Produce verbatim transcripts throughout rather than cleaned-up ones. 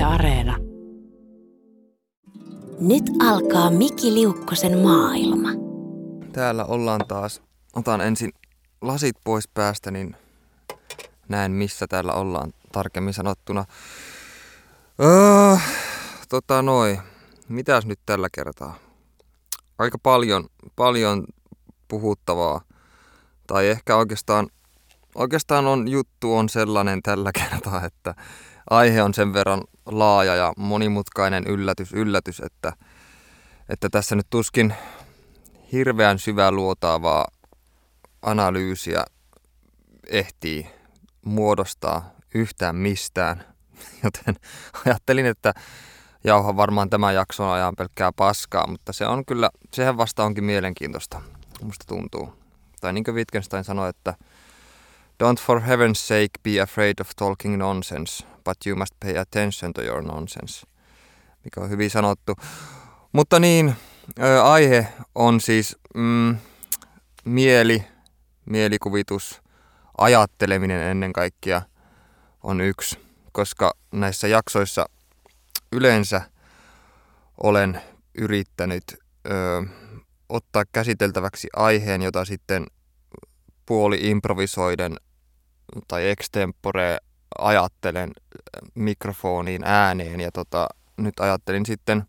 Areena. Nyt alkaa Miki Liukkosen maailma. Täällä ollaan taas. Otan ensin lasit pois päästä, niin näen missä täällä ollaan tarkemmin sanottuna. Öö, tota noi. Mitäs nyt tällä kertaa? Aika paljon, paljon puhuttavaa. Tai ehkä oikeastaan, oikeastaan on juttu on sellainen tällä kertaa, että aihe on sen verran laaja ja monimutkainen yllätys, yllätys, että, että tässä nyt tuskin hirveän syvää luotaavaa analyysiä ehtii muodostaa yhtään mistään. Joten ajattelin, että jauha varmaan tämän jakson ajan pelkkää paskaa, mutta se on kyllä, sehän vasta onkin mielenkiintoista, musta tuntuu. Tai niin kuin Wittgenstein sanoi, että don't for heaven's sake be afraid of talking nonsense, but you must pay attention to your nonsense, mikä on hyvin sanottu. Mutta niin, ä, aihe on siis mm, mieli, mielikuvitus, ajatteleminen ennen kaikkea on yksi, koska näissä jaksoissa yleensä olen yrittänyt ö, ottaa käsiteltäväksi aiheen, jota sitten puoli improvisoiden tai extempore ajattelen mikrofoniin ääneen. Ja tota, nyt ajattelin sitten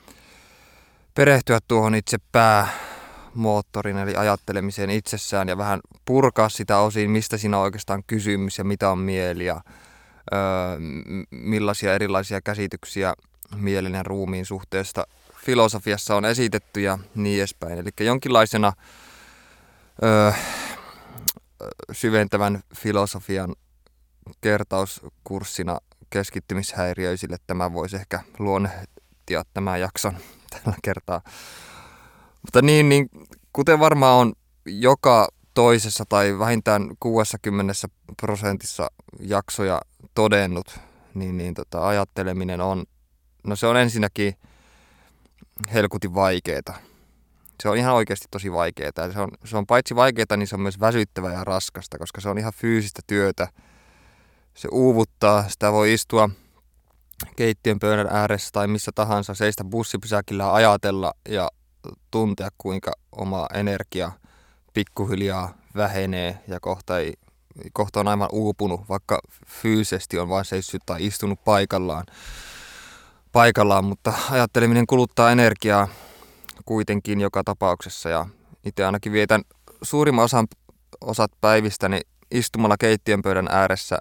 perehtyä tuohon itse päämoottorin eli ajattelemiseen itsessään ja vähän purkaa sitä osin, mistä siinä on oikeastaan kysymys ja mitä on mieli ja öö, millaisia erilaisia käsityksiä mielen ja ruumiin suhteesta filosofiassa on esitetty ja niin edespäin. Eli jonkinlaisena öö, syventävän filosofian kertauskurssina keskittymishäiriöisille tämä voisi ehkä luonnehtia tämän jakson tällä kertaa. Mutta niin, niin kuten varmaan on joka toisessa tai vähintään kuudessakymmenessä prosentissa jaksoja todennut, niin, niin tota, ajatteleminen on, no se on ensinnäkin helkutin vaikeeta. Se on ihan oikeasti tosi vaikeeta. Se on, se on paitsi vaikeeta, niin se on myös väsyttävää ja raskasta, koska se on ihan fyysistä työtä. Se uuvuttaa, sitä voi istua keittiön pöydän ääressä tai missä tahansa, seistä bussipysäkillä ajatella ja tuntea, kuinka oma energia pikkuhiljaa vähenee ja kohta, ei, kohta on aivan uupunut, vaikka fyysisesti on vain seissyt tai istunut paikallaan. paikallaan, mutta ajatteleminen kuluttaa energiaa kuitenkin joka tapauksessa ja itse ainakin vietän suurimman osan osat päivistäni istumalla keittiön pöydän ääressä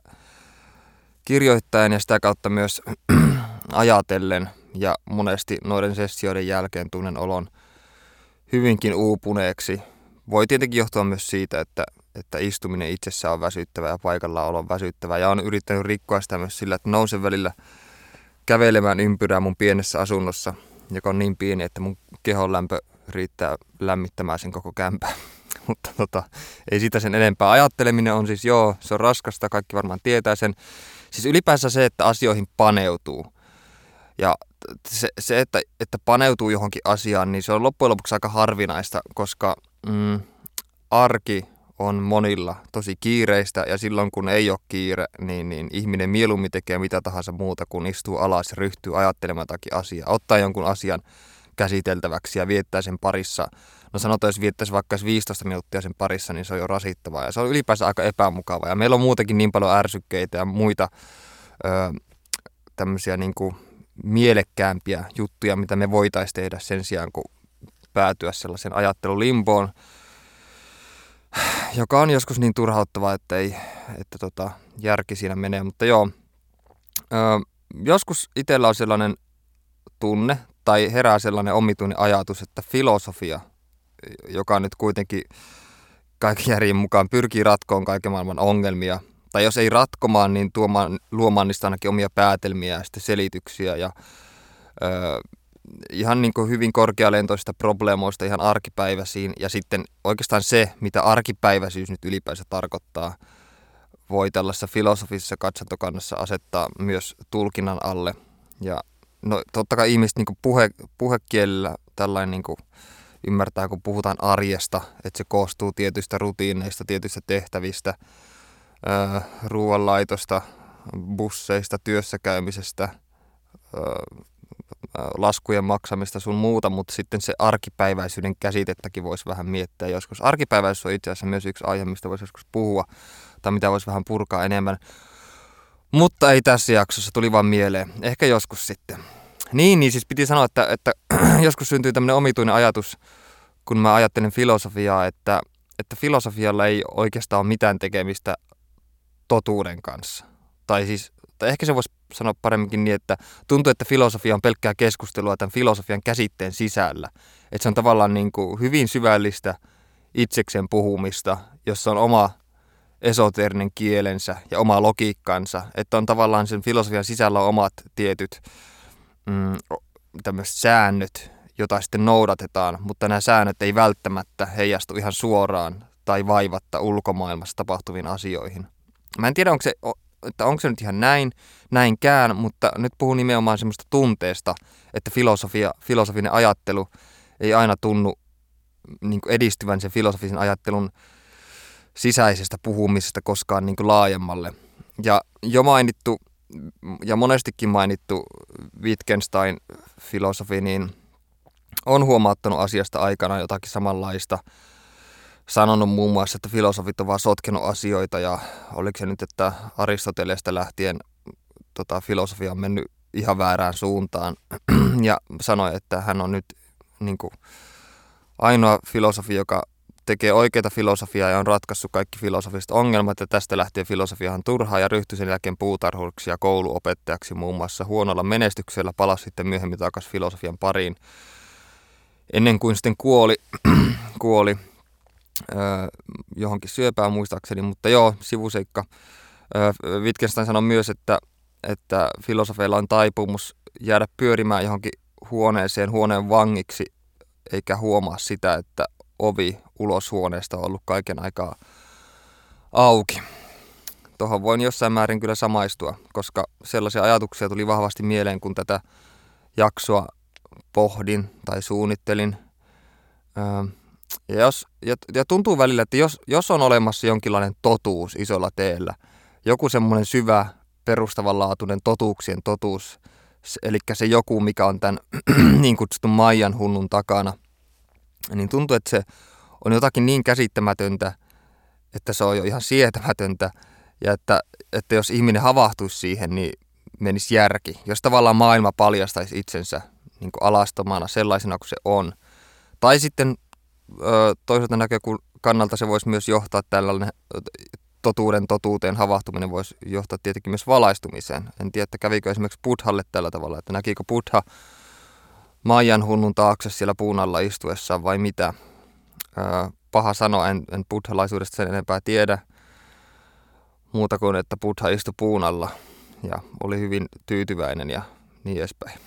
kirjoittaen ja sitä kautta myös ajatellen ja monesti noiden sessioiden jälkeen tunnen olon hyvinkin uupuneeksi. Voi tietenkin johtua myös siitä, että, että istuminen itsessään on väsyttävä ja paikallaan olo on väsyttävä ja olen yrittänyt rikkoa sitä myös sillä, että nousen välillä kävelemään ympyrää mun pienessä asunnossa, joka on niin pieni, että mun kehon lämpö riittää lämmittämään sen koko kämpää. Mutta tota, ei sitä sen enempää. Ajatteleminen on siis, joo, se on raskasta, kaikki varmaan tietää sen. Siis ylipäänsä se, että asioihin paneutuu. Ja se, se että, että paneutuu johonkin asiaan, niin se on loppujen lopuksi aika harvinaista, koska mm, arki on monilla tosi kiireistä ja silloin kun ei ole kiire, niin, niin ihminen mieluummin tekee mitä tahansa muuta kuin istuu alas ja ryhtyy ajattelemaan jotakin asiaa. Ottaa jonkun asian käsiteltäväksi ja viettää sen parissa. No sanotaan, jos viettäisi vaikka viisitoista minuuttia sen parissa, niin se on jo rasittavaa ja se on ylipäänsä aika epämukavaa. Ja meillä on muutenkin niin paljon ärsykkeitä ja muita öö, tämmöisiä niin kuin mielekkäämpiä juttuja, mitä me voitaisiin tehdä sen sijaan, kun päätyä sellaisen ajattelulimboon, joka on joskus niin turhauttavaa, että, ei, että tota, järki siinä menee. Mutta joo, öö, joskus itsellä on sellainen tunne tai herää sellainen omituinen ajatus, että filosofia, joka nyt kuitenkin kaiken järjen mukaan pyrkii ratkoon kaiken maailman ongelmia, tai jos ei ratkomaan, niin tuomaan, luomaan niistä ainakin omia päätelmiä ja sitten selityksiä ja öö, ihan niin kuin hyvin korkealentoista probleemoista ihan arkipäiväisiin ja sitten oikeastaan se, mitä arkipäiväisyys nyt ylipäänsä tarkoittaa, voi tällaisessa filosofisessa katsantokannassa asettaa myös tulkinnan alle. Ja no totta kai ihmiset niin kuin puhe, puhekielellä tällainen niin kuin ymmärtää, kun puhutaan arjesta, että se koostuu tietyistä rutiineista, tietyistä tehtävistä, öö, ruoanlaitosta, busseista, työssäkäymisestä, laskujen maksamista sun muuta, mutta sitten se arkipäiväisyyden käsitettäkin voisi vähän miettiä joskus. Arkipäiväisyys on itse asiassa myös yksi aihe, mistä voisi joskus puhua tai mitä voisi vähän purkaa enemmän. Mutta ei tässä jaksossa, tuli vaan mieleen. Ehkä joskus sitten. Niin, niin siis piti sanoa, että, että joskus syntyy tämmöinen omituinen ajatus, kun mä ajattelen filosofiaa, että, että filosofialla ei oikeastaan ole mitään tekemistä totuuden kanssa. Tai siis, tai ehkä se voisi sanoa paremminkin niin, että tuntuu, että filosofia on pelkkää keskustelua tämän filosofian käsitteen sisällä. Että se on tavallaan niin kuin hyvin syvällistä itsekseen puhumista, jossa on oma esoteerinen kielensä ja oma logiikkansa. Että on tavallaan sen filosofian sisällä omat tietyt mm, tämmöiset säännöt, jota sitten noudatetaan, mutta nämä säännöt ei välttämättä heijastu ihan suoraan tai vaivatta ulkomaailmassa tapahtuviin asioihin. Mä en tiedä, onko se, että onko se nyt ihan näin, näinkään, mutta nyt puhun nimenomaan semmoista tunteesta, että filosofia, filosofinen ajattelu ei aina tunnu niin kuin edistyvän sen filosofisen ajattelun sisäisestä puhumisesta koskaan niin kuin laajemmalle. Ja jo mainittu ja monestikin mainittu Wittgenstein-filosofi niin on huomauttanut asiasta aikana jotakin samanlaista. Sanonut muun muassa, että filosofit on vaan sotkenut asioita ja oliko se nyt, että Aristoteleesta lähtien tota, filosofia on mennyt ihan väärään suuntaan. Ja sanoi, että hän on nyt niin kuin, ainoa filosofi, joka tekee oikeita filosofiaa ja on ratkaissut kaikki filosofiset ongelmat ja tästä lähtien filosofia on turhaa ja ryhtyi sen jälkeen puutarhuriksi ja kouluopettajaksi muun muassa huonolla menestyksellä, palasi sitten myöhemmin takaisin filosofian pariin ennen kuin sitten kuoli, kuoli öö, johonkin syöpään muistaakseni, mutta joo, sivuseikka. Öö, Wittgenstein sanoi myös, että, että filosofeilla on taipumus jäädä pyörimään johonkin huoneeseen huoneen vangiksi eikä huomaa sitä, että ovi ulos huoneesta on ollut kaiken aikaa auki. Tuohon voin jossain määrin kyllä samaistua, koska sellaisia ajatuksia tuli vahvasti mieleen, kun tätä jaksoa pohdin tai suunnittelin. Ja, jos, ja, ja tuntuu välillä, että jos, jos on olemassa jonkinlainen totuus isolla teellä, joku semmoinen syvä, perustavanlaatuinen totuuksien totuus, eli se joku, mikä on tämän niin kutsutun Maijan hunnun takana, niin tuntuu, että se on jotakin niin käsittämätöntä, että se on jo ihan sietämätöntä, ja että, että jos ihminen havahtuisi siihen, niin menisi järki. Jos tavallaan maailma paljastaisi itsensä niin kuin alastomana sellaisena kuin se on. Tai sitten toiselta näkökannalta se voisi myös johtaa tällainen totuuden totuuteen havahtuminen voisi johtaa tietenkin myös valaistumiseen. En tiedä, että kävikö esimerkiksi Buddhalle tällä tavalla, että näkikö Buddha Maijan hunnun taakse siellä puun alla istuessaan vai mitä. Paha sanoa, en, en buddhalaisuudesta sen enempää tiedä. Muuta kuin, että Buddha istui puun alla ja oli hyvin tyytyväinen ja niin edespäin.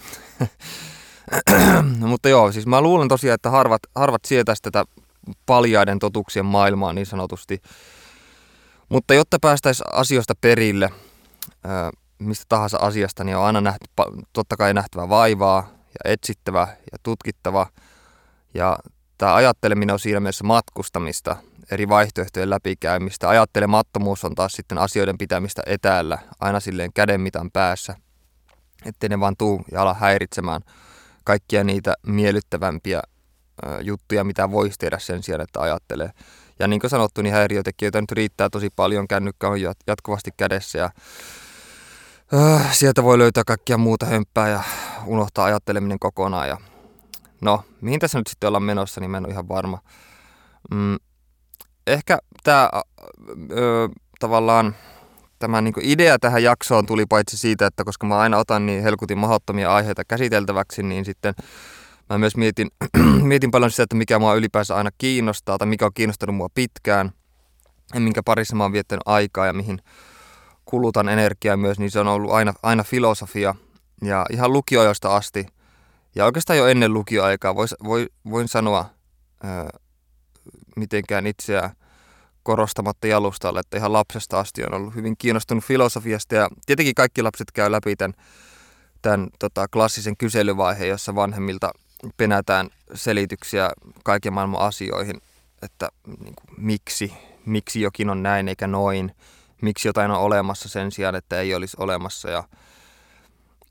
No, mutta joo, siis mä luulen tosiaan, että harvat, harvat sietäisi tätä paljaiden totuuksien maailmaa niin sanotusti. Mutta jotta päästäisiin asioista perille, mistä tahansa asiasta, niin on aina nähty, totta kai nähtävä vaivaa ja etsittävä ja tutkittava. Ja tämä ajatteleminen on siinä mielessä matkustamista, eri vaihtoehtojen läpikäymistä. Ajattelemattomuus on taas sitten asioiden pitämistä etäällä, aina silleen kädenmitan päässä, ettei ne vaan tuu ja ala häiritsemään kaikkia niitä miellyttävämpiä juttuja, mitä voisi tehdä sen sijaan, että ajattelee. Ja niin kuin sanottu, niin häiriötekijöitä nyt riittää tosi paljon. Kännykkä on jatkuvasti kädessä ja äh, sieltä voi löytää kaikkia muuta hömppää ja unohtaa ajatteleminen kokonaan. Ja no, mihin tässä nyt sitten ollaan menossa, niin mä en ole ihan varma. Mm, ehkä tämä äh, tavallaan tämä niinku idea tähän jaksoon tuli paitsi siitä, että koska mä aina otan niin helkutin mahdottomia aiheita käsiteltäväksi, niin sitten mä myös mietin, mietin paljon sitä, että mikä mua ylipäänsä aina kiinnostaa tai mikä on kiinnostanut mua pitkään ja minkä parissa mä oon viettänyt aikaa ja mihin kulutan energiaa myös, niin se on ollut aina, aina filosofia ja ihan lukioajoista asti ja oikeastaan jo ennen lukioaikaa vois, voi, voin sanoa ää, mitenkään itseään korostamatta jalustalle, että ihan lapsesta asti on ollut hyvin kiinnostunut filosofiasta ja tietenkin kaikki lapset käy läpi tämän, tämän tota, klassisen kyselyvaiheen, jossa vanhemmilta penätään selityksiä kaiken maailman asioihin, että niin kuin, miksi, miksi jokin on näin eikä noin, miksi jotain on olemassa sen sijaan, että ei olisi olemassa ja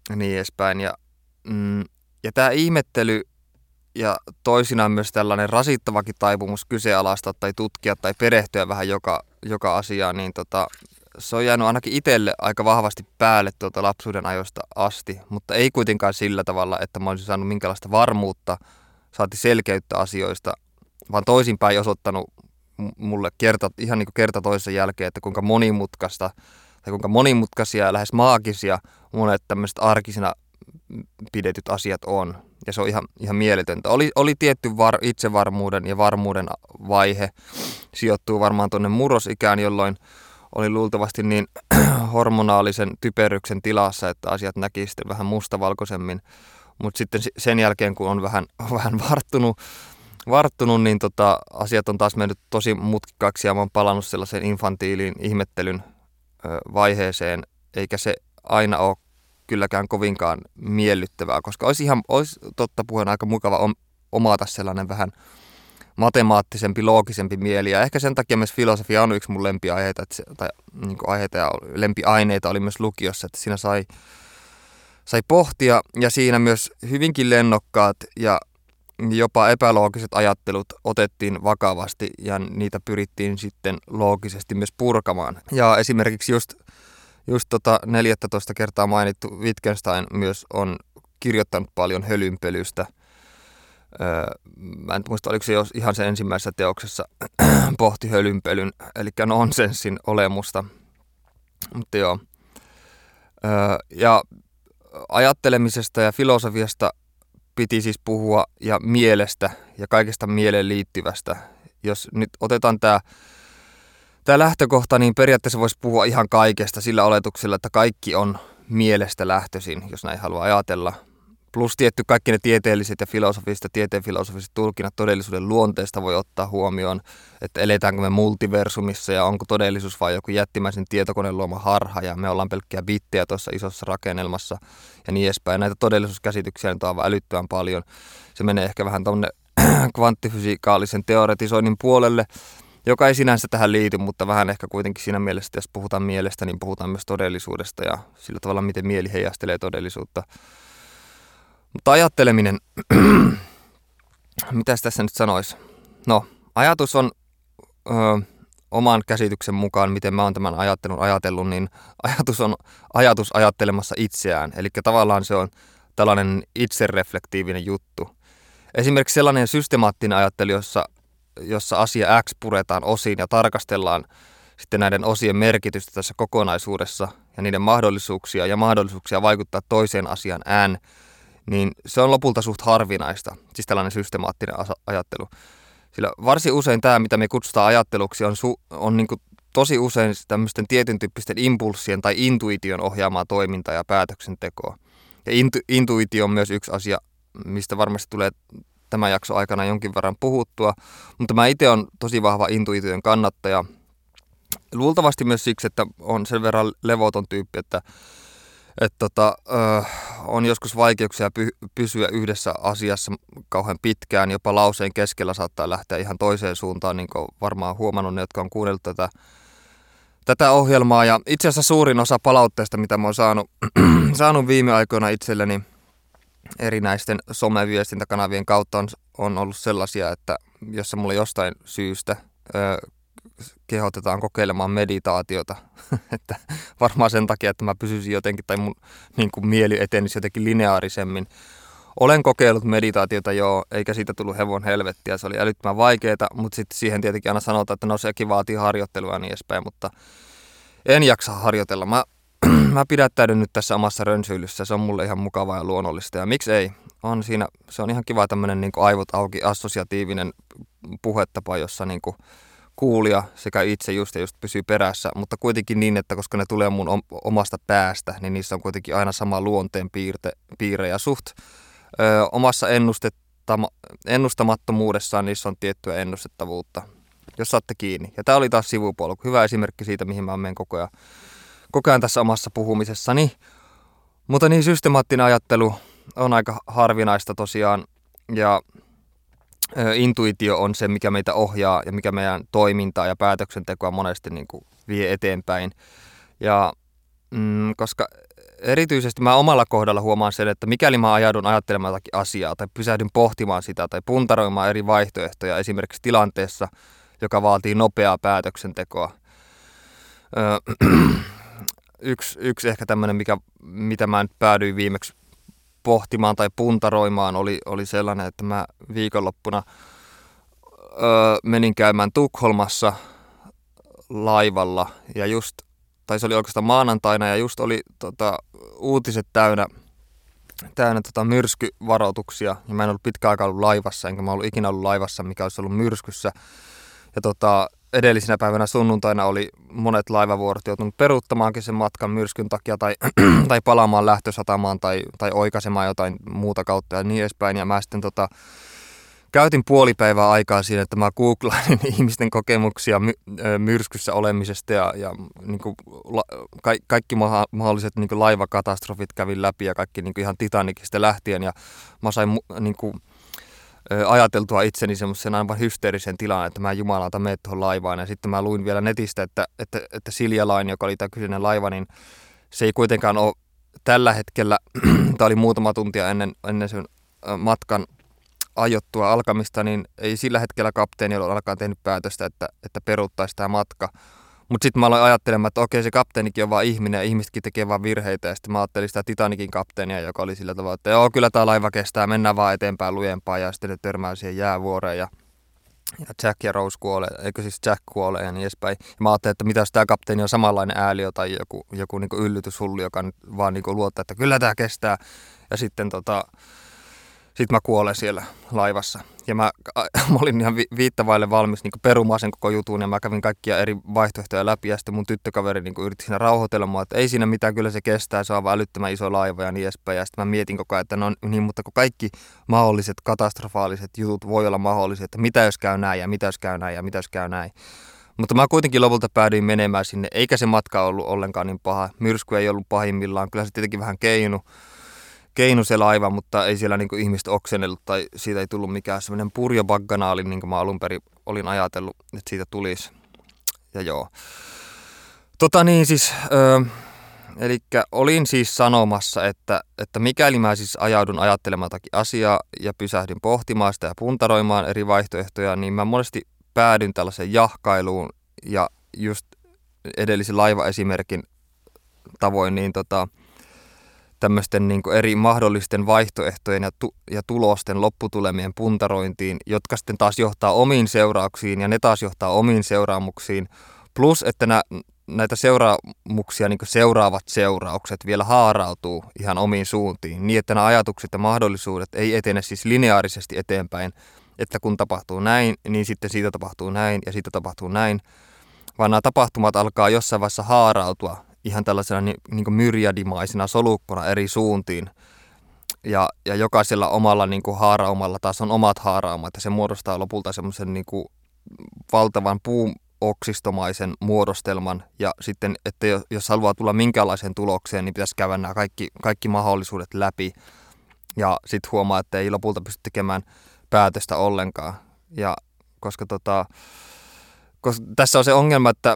ja niin edespäin. Ja, mm, ja tämä ihmettely ja toisinaan myös tällainen rasittavakin taipumus kyseenalaistaa tai tutkia tai perehtyä vähän joka, joka asiaan, niin tota, se on jäänyt ainakin itselle aika vahvasti päälle tuolta lapsuuden ajoista asti, mutta ei kuitenkaan sillä tavalla, että mä olisin saanut minkälaista varmuutta, saati selkeyttä asioista, vaan toisinpäin osoittanut mulle kerta, ihan niin kuin kerta toisessa jälkeen, että kuinka monimutkaista tai kuinka monimutkaisia ja lähes maagisia monet tämmöiset arkisina pidetyt asiat on. Ja se on ihan, ihan mieletöntä. Oli, oli tietty var, itsevarmuuden ja varmuuden vaihe, sijoittuu varmaan tuonne murrosikään, jolloin oli luultavasti niin hormonaalisen typeryksen tilassa, että asiat näki sitten vähän mustavalkoisemmin. Mutta sitten sen jälkeen, kun on vähän, vähän varttunut, varttunut, niin tota, asiat on taas mennyt tosi mutkikkaaksi ja mä oon palannut sellaiseen infantiiliin ihmettelyn ö, vaiheeseen, eikä se aina ole kylläkään kovinkaan miellyttävää, koska olisi ihan olisi totta puheen aika mukava omata sellainen vähän matemaattisempi, loogisempi mieli. Ja ehkä sen takia myös filosofia on yksi mun lempiaiheita, että se, tai niin kuin aiheita ja lempiaineita oli myös lukiossa, että siinä sai, sai pohtia ja siinä myös hyvinkin lennokkaat ja jopa epäloogiset ajattelut otettiin vakavasti ja niitä pyrittiin sitten loogisesti myös purkamaan. Ja esimerkiksi just, just tota neljätoista kertaa mainittu Wittgenstein myös on kirjoittanut paljon hölynpölystä. Öö, mä en muista, oliko se jos ihan se ensimmäisessä teoksessa pohti hölynpölyn, eli nonsenssin olemusta. Mutta joo. Öö, ja ajattelemisesta ja filosofiasta piti siis puhua ja mielestä ja kaikesta mieleen liittyvästä. Jos nyt otetaan tämä tää lähtökohta, niin periaatteessa voisi puhua ihan kaikesta sillä oletuksella, että kaikki on mielestä lähtöisin, jos näin haluaa ajatella. Plus tietty kaikki ne tieteelliset ja filosofiset ja tieteenfilosofiset tulkinnat todellisuuden luonteesta voi ottaa huomioon, että eletäänkö me multiversumissa ja onko todellisuus vai joku jättimäisen tietokoneen luoma harha ja me ollaan pelkkiä bittejä tuossa isossa rakennelmassa ja niin edespäin. Näitä todellisuuskäsityksiä nyt on aivan älyttömän paljon. Se menee ehkä vähän tuonne kvanttifysikaalisen teoretisoinnin puolelle, joka ei sinänsä tähän liity, mutta vähän ehkä kuitenkin siinä mielessä, että jos puhutaan mielestä, niin puhutaan myös todellisuudesta ja sillä tavalla, miten mieli heijastelee todellisuutta. Mutta ajatteleminen, mitäs tässä nyt sanoisi? No, ajatus on ö, oman käsityksen mukaan, miten mä oon tämän ajattelun ajatellut, niin ajatus on ajatus ajattelemassa itseään. Eli tavallaan se on tällainen itsereflektiivinen juttu. Esimerkiksi sellainen systemaattinen ajattelu, jossa, jossa asia X puretaan osiin ja tarkastellaan sitten näiden osien merkitystä tässä kokonaisuudessa ja niiden mahdollisuuksia ja mahdollisuuksia vaikuttaa toiseen asiaan N, niin se on lopulta suht harvinaista, siis tällainen systemaattinen ajattelu. Sillä varsin usein tämä, mitä me kutsutaan ajatteluksi, on, su- on niin kuin tosi usein tämmöisten tietyn tyyppisten impulssien tai intuition ohjaamaa toimintaa ja päätöksentekoa. Ja intu- intuitio on myös yksi asia, mistä varmasti tulee tämän jakson aikana jonkin verran puhuttua, mutta mä itse olen tosi vahva intuition kannattaja. Luultavasti myös siksi, että on sen verran levoton tyyppi, että Että tota, ö, on joskus vaikeuksia py- pysyä yhdessä asiassa kauhean pitkään, jopa lauseen keskellä saattaa lähteä ihan toiseen suuntaan, niin kuin varmaan huomannut ne, jotka on kuunnellut tätä, tätä ohjelmaa. Ja itse asiassa suurin osa palautteesta, mitä mä oon saanut, saanut viime aikoina itselleni erinäisten someviestintäkanavien kautta on, on ollut sellaisia, että jossa mulle jostain syystä ö, kehotetaan kokeilemaan meditaatiota, että varmaan sen takia, että mä pysyisin jotenkin tai mun niin kuin mieli etenisi jotenkin lineaarisemmin. Olen kokeillut meditaatiota joo, eikä siitä tullut hevon helvettiä, se oli älyttömän vaikeaa, mutta sitten siihen tietenkin aina sanotaan, että no sekin vaatii harjoittelua ja niin edespäin, mutta en jaksa harjoitella. Mä, mä pidättäydyn nyt tässä omassa rönsyilyssä, se on mulle ihan mukavaa ja luonnollista ja miksi ei? On siinä, se on ihan kiva tämmöinen niin kuin aivot auki assosiatiivinen puhetapa, jossa niin kuin kuulija sekä itse just ja just pysyy perässä, mutta kuitenkin niin, että koska ne tulee mun omasta päästä, niin niissä on kuitenkin aina sama luonteen piirte, piirre ja suht ö, omassa ennustamattomuudessaan niissä on tiettyä ennustettavuutta, jos saatte kiinni. Ja tää oli taas sivupolku, hyvä esimerkki siitä, mihin mä menen koko ajan, koko ajan tässä omassa puhumisessani. Mutta niin systemaattinen ajattelu on aika harvinaista tosiaan ja intuitio on se, mikä meitä ohjaa ja mikä meidän toimintaa ja päätöksentekoa monesti niin kuin vie eteenpäin. Ja mm, koska erityisesti mä omalla kohdalla huomaan sen, että mikäli mä ajaudun ajattelemaan jotakin asiaa tai pysähdyn pohtimaan sitä tai puntaroimaan eri vaihtoehtoja esimerkiksi tilanteessa, joka vaatii nopeaa päätöksentekoa. Öö, yksi, yksi ehkä tämmöinen, mikä, mitä mä nyt päädyin viimeksi pohtimaan tai puntaroimaan, oli, oli sellainen, että mä viikonloppuna öö, menin käymään Tukholmassa laivalla ja just, tai se oli oikeastaan maanantaina ja just oli tota, uutiset täynnä, täynnä tota, myrskyvaroituksia ja mä en ollut pitkään aikaa ollut laivassa, enkä mä ollut ikinä ollut laivassa, mikä olisi ollut myrskyssä. Ja tota, edellisenä päivänä sunnuntaina oli monet laivavuorot joutunut peruuttamaankin sen matkan myrskyn takia tai, tai palaamaan lähtösatamaan tai, tai oikaisemaan jotain muuta kautta ja niin edespäin. Ja mä sitten tota, käytin puoli päivää aikaa siinä, että mä googlailin ihmisten kokemuksia my, myrskyssä olemisesta ja, ja niin kuin, la, ka, kaikki maha, mahdolliset niin kuin laivakatastrofit kävin läpi ja kaikki niin kuin ihan Titanicista lähtien. Ja mä sain niin kuin, ajateltua itseni semmoisen aivan hysteerisen tilan, että mä jumalauta mene tuohon laivaan. Ja sitten mä luin vielä netistä, että, että, että Silja Line, joka oli tämä kyseinen laiva, niin se ei kuitenkaan ole tällä hetkellä, tämä oli muutama tuntia ennen, ennen sen matkan ajottua alkamista, niin ei sillä hetkellä kapteeni ole alkaa tehnyt päätöstä, että, että peruuttaisi tämä matka. Mutta sitten mä aloin ajattelemaan, että okei, se kapteenikin on vaan ihminen ja ihmisetkin tekee vaan virheitä. Ja sitten mä ajattelin sitä Titanicin kapteenia, joka oli sillä tavalla, että joo, kyllä tämä laiva kestää, mennään vaan eteenpäin lujempaa. Ja sitten ne törmää siihen jäävuoreen ja, ja Jack ja Rose kuolee, eikö siis Jack kuolee ja niin edespäin. Ja mä ajattelin, että mitä jos tämä kapteeni on samanlainen ääliö tai joku, joku niinku yllytyshullu, joka nyt vaan niinku luottaa, että kyllä tämä kestää. Ja sitten tota... Sitten mä kuolen siellä laivassa. Ja mä, mä olin ihan vi- viittavaille valmis niin perumaan sen koko jutun ja mä kävin kaikkia eri vaihtoehtoja läpi ja sitten mun tyttökaveri niin yritti siinä rauhoitella mua, että ei siinä mitään, kyllä se kestää, se on vaan älyttömän iso laiva ja niin edespäin. Ja sitten mä mietin koko ajan, että no niin, mutta kun kaikki mahdolliset katastrofaaliset jutut voi olla mahdollisia, että mitä jos käy näin ja mitä jos käy näin ja mitä jos käy näin. Mutta mä kuitenkin lopulta päädyin menemään sinne, eikä se matka ollut ollenkaan niin paha. Myrsky ei ollut pahimmillaan, kyllä se tietenkin vähän keinu. keinu se laiva, mutta ei siellä niinku ihmiset oksennellut tai siitä ei tullut mikään semmoinen purjobagganaali, niin kuin mä alun perin olin ajatellut, että siitä tulisi. Ja joo. Tota niin siis, öö, eli olin siis sanomassa, että, että mikäli mä siis ajaudun ajattelemaan jotakin asiaa ja pysähdyn pohtimaan sitä ja puntaroimaan eri vaihtoehtoja, niin mä monesti päädyn tällaiseen jahkailuun ja just edellisen laivaesimerkin tavoin, niin tota... tämmöisten niin kuin eri mahdollisten vaihtoehtojen ja, tu- ja tulosten lopputulemien puntarointiin, jotka sitten taas johtaa omiin seurauksiin ja ne taas johtaa omiin seuraamuksiin. Plus, että nä- näitä seuraamuksia, niin kuin seuraavat seuraukset vielä haarautuu ihan omiin suuntiin, niin että nämä ajatukset ja mahdollisuudet ei etene siis lineaarisesti eteenpäin, että kun tapahtuu näin, niin sitten siitä tapahtuu näin ja siitä tapahtuu näin, vaan nämä tapahtumat alkaa jossain vaiheessa haarautua ihan tällaisena niin, niin kuin myriadimaisena solukkona eri suuntiin. Ja, ja jokaisella omalla niin kuin haaraumalla taas on omat haaraumat. Ja se muodostaa lopulta semmoisen niin kuin valtavan puuoksistomaisen muodostelman. Ja sitten, että jos haluaa tulla minkälaiseen tulokseen, niin pitäisi käydä nämä kaikki, kaikki mahdollisuudet läpi. Ja sitten huomaa, että ei lopulta pysty tekemään päätöstä ollenkaan. Ja koska, tota, koska tässä on se ongelma, että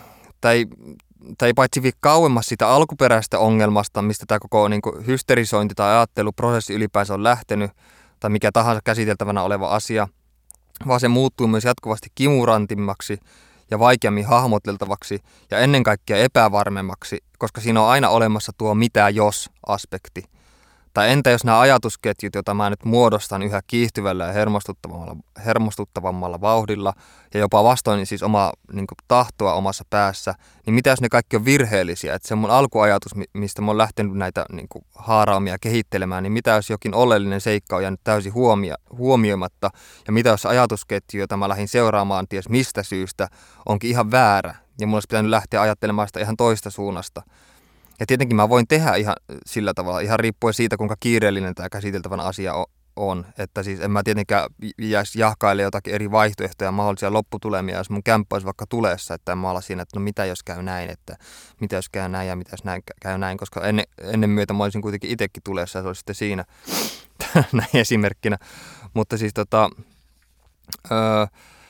tai tai paitsi vie kauemmas sitä alkuperäisestä ongelmasta, mistä tämä koko niin kuin hysterisointi tai ajatteluprosessi ylipäänsä on lähtenyt, tai mikä tahansa käsiteltävänä oleva asia, vaan se muuttuu myös jatkuvasti kimurantimmaksi ja vaikeammin hahmoteltavaksi ja ennen kaikkea epävarmemmaksi, koska siinä on aina olemassa tuo mitä jos-aspekti. Tai entä jos nämä ajatusketjut, joita mä nyt muodostan yhä kiihtyvällä ja hermostuttavammalla, hermostuttavammalla vauhdilla ja jopa vastoin siis omaa niin kuin, tahtoa omassa päässä, niin mitä jos ne kaikki on virheellisiä? Että se mun alkuajatus, mistä mä oon lähtenyt näitä niin kuin, haaraumia kehittelemään, niin mitä jos jokin oleellinen seikka on jäänyt täysin huomio, huomioimatta ja mitä jos ajatusketju, jota mä lähdin seuraamaan ties mistä syystä, onkin ihan väärä ja mun olisi pitänyt lähteä ajattelemaan sitä ihan toista suunnasta. Ja tietenkin mä voin tehdä ihan sillä tavalla, ihan riippuen siitä, kuinka kiireellinen tämä käsiteltävän asia on. Että siis en mä tietenkään jäisi jahkaille jotakin eri vaihtoehtoja ja mahdollisia lopputulemia, jos mun kämppä olisi vaikka tulessa, että en mä olla siinä, että no mitä jos käy näin, että mitä jos käy näin ja mitä jos näin, käy näin, koska ennen, ennen myötä mä olisin kuitenkin itsekin tulessa ja se olisi sitten siinä näin esimerkkinä. Mutta siis tota, öö,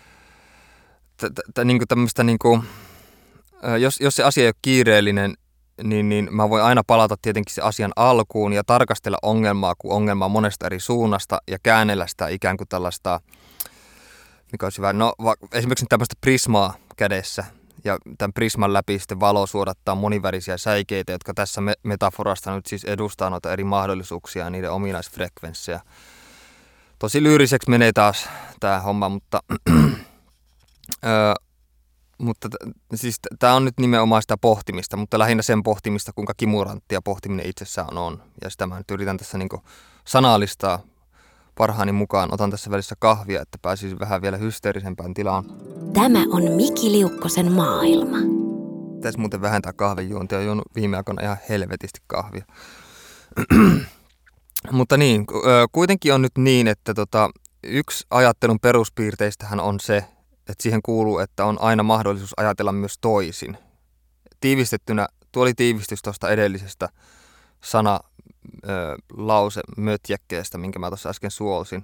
t- t- t- niinku tämmöistä niinku, jos, jos se asia ei ole kiireellinen, niin, niin mä voin aina palata tietenkin se asian alkuun ja tarkastella ongelmaa, kun ongelma on monesta eri suunnasta ja käännellä sitä ikään kuin tällaista, mikä olisi hyvä, no va, esimerkiksi tämmöistä prismaa kädessä ja tämän prisman läpi sitten valo suodattaa monivärisiä säikeitä, jotka tässä me- metaforasta nyt siis edustaa noita eri mahdollisuuksia ja niiden ominaisfrekvenssejä. Tosi lyyriseksi menee taas tämä homma, mutta... öö, Mutta t- siis t- tämä on nyt nimenomaan sitä pohtimista, mutta lähinnä sen pohtimista, kuinka kimuranttia pohtiminen itsessään on. Ja sitä mä nyt yritän tässä niinku sanallistaa parhaani mukaan. Otan tässä välissä kahvia, että pääsisin vähän vielä hysteerisempään tilaan. Tämä on Miki Liukkosen maailma. Pitäisi muuten vähentää kahvijuontia. Olen juonut viime aikoina ihan helvetisti kahvia. Mutta niin, kuitenkin on nyt niin, että tota, yksi ajattelun peruspiirteistähän on se, että siihen kuuluu, että on aina mahdollisuus ajatella myös toisin. Tiivistettynä, tuo oli tiivistys tuosta edellisestä sana, ö, lause, mötjäkkeestä, minkä mä tuossa äsken suolsin.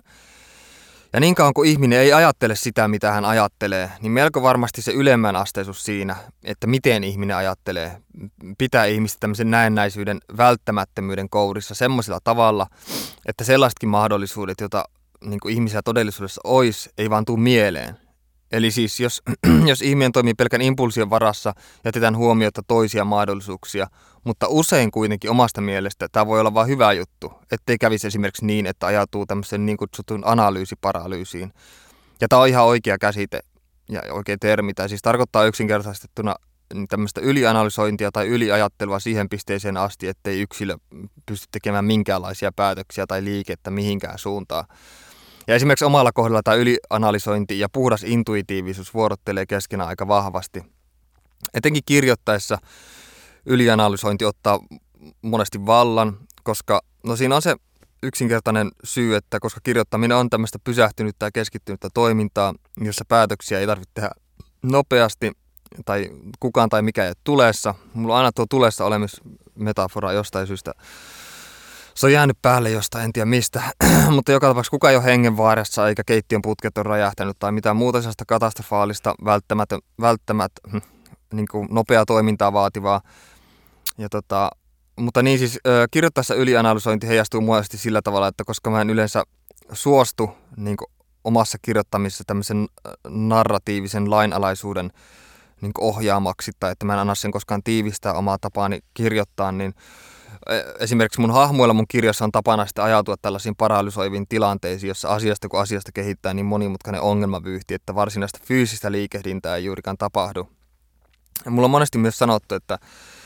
Ja niin kauan kuin ihminen ei ajattele sitä, mitä hän ajattelee, niin melko varmasti se ylemmän asteisuus siinä, että miten ihminen ajattelee, pitää ihmistä tämmöisen näennäisyyden välttämättömyyden kourissa semmoisella tavalla, että sellaisetkin mahdollisuudet, joita niin kuin ihmisiä todellisuudessa olisi, ei vaan tule mieleen. Eli siis jos, jos ihminen toimii pelkän impulsien varassa, jätetään huomiota toisia mahdollisuuksia, mutta usein kuitenkin omasta mielestä tämä voi olla vain hyvä juttu, ettei kävisi esimerkiksi niin, että ajautuu tämmöisen niin kutsutun analyysiparalyysiin. Ja tämä on ihan oikea käsite ja oikea termi, tai siis tarkoittaa yksinkertaistettuna tämmöistä ylianalysointia tai yliajattelua siihen pisteeseen asti, ettei yksilö pysty tekemään minkäänlaisia päätöksiä tai liikettä mihinkään suuntaan. Ja esimerkiksi omalla kohdalla tämä ylianalysointi ja puhdas intuitiivisuus vuorottelee keskenään aika vahvasti. Etenkin kirjoittaessa ylianalysointi ottaa monesti vallan, koska no siinä on se yksinkertainen syy, että koska kirjoittaminen on tämmöistä pysähtynyttä ja keskittynyttä toimintaa, jossa päätöksiä ei tarvitse tehdä nopeasti tai kukaan tai mikä ei ole tulessa. Mulla on aina tuo tulessa olemismetafora jostain syystä. Se on jäänyt päälle jostain, en tiedä mistä, mutta joka tapauksessa kukaan ei ole hengenvaarassa eikä keittiön putket on räjähtänyt tai mitään muuta sellaista katastrofaalista, välttämättä, välttämättä niin kuin nopeaa toimintaa vaativaa. Ja tota, mutta niin siis kirjoittaessa ylianalysointi heijastuu muodollisesti sillä tavalla, että koska mä en yleensä suostu niin kuin omassa kirjoittamisessa tämmöisen narratiivisen lainalaisuuden niin kuin ohjaamaksi tai että mä en anna sen koskaan tiivistää omaa tapaani kirjoittaa, niin esimerkiksi mun hahmoilla mun kirjassa on tapana sitten ajautua tällaisiin paralysoiviin tilanteisiin, jossa asiasta kun asiasta kehittää niin monimutkainen ongelmavyyhti, että varsinaista fyysistä liikehdintää ei juurikaan tapahdu. Ja mulla on monesti myös sanottu, että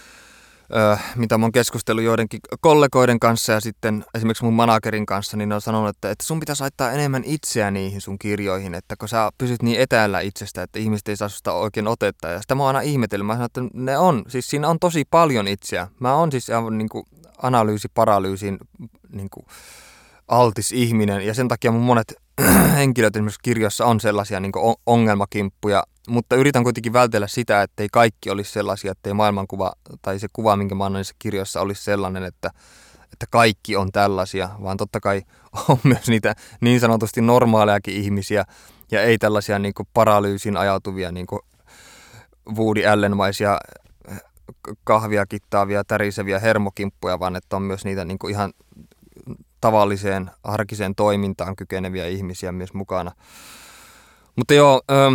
ö, mitä mä oon keskustellut joidenkin kollegoiden kanssa ja sitten esimerkiksi mun managerin kanssa, niin ne on sanonut, että, että sun pitäisi laittaa enemmän itseä niihin sun kirjoihin, että kun sä pysyt niin etäällä itsestä, että ihmiset ei saa susta oikein otetta. Ja sitä mä oon aina ihmetellyt. Mä sanon, että ne on, siis siinä on tosi paljon itseä. Mä oon siis aivan niin kuin analyysi-paralyysin niin kuin altis ihminen ja sen takia mun monet henkilöt esimerkiksi kirjoissa on sellaisia niin kuin ongelmakimppuja, mutta yritän kuitenkin vältellä sitä, ettei kaikki olisi sellaisia, ettei maailmankuva tai se kuva, minkä mä annan niissä kirjoissa, olisi sellainen, että, että kaikki on tällaisia, vaan totta kai on myös niitä niin sanotusti normaalejakin ihmisiä ja ei tällaisia niin kuin paralyysin ajautuvia niin kuin Woody Allen-maisia kahvia kittaavia, täriseviä hermokimppuja, vaan että on myös niitä niin kuin ihan tavalliseen, arkiseen toimintaan kykeneviä ihmisiä myös mukana. Mutta joo, öö,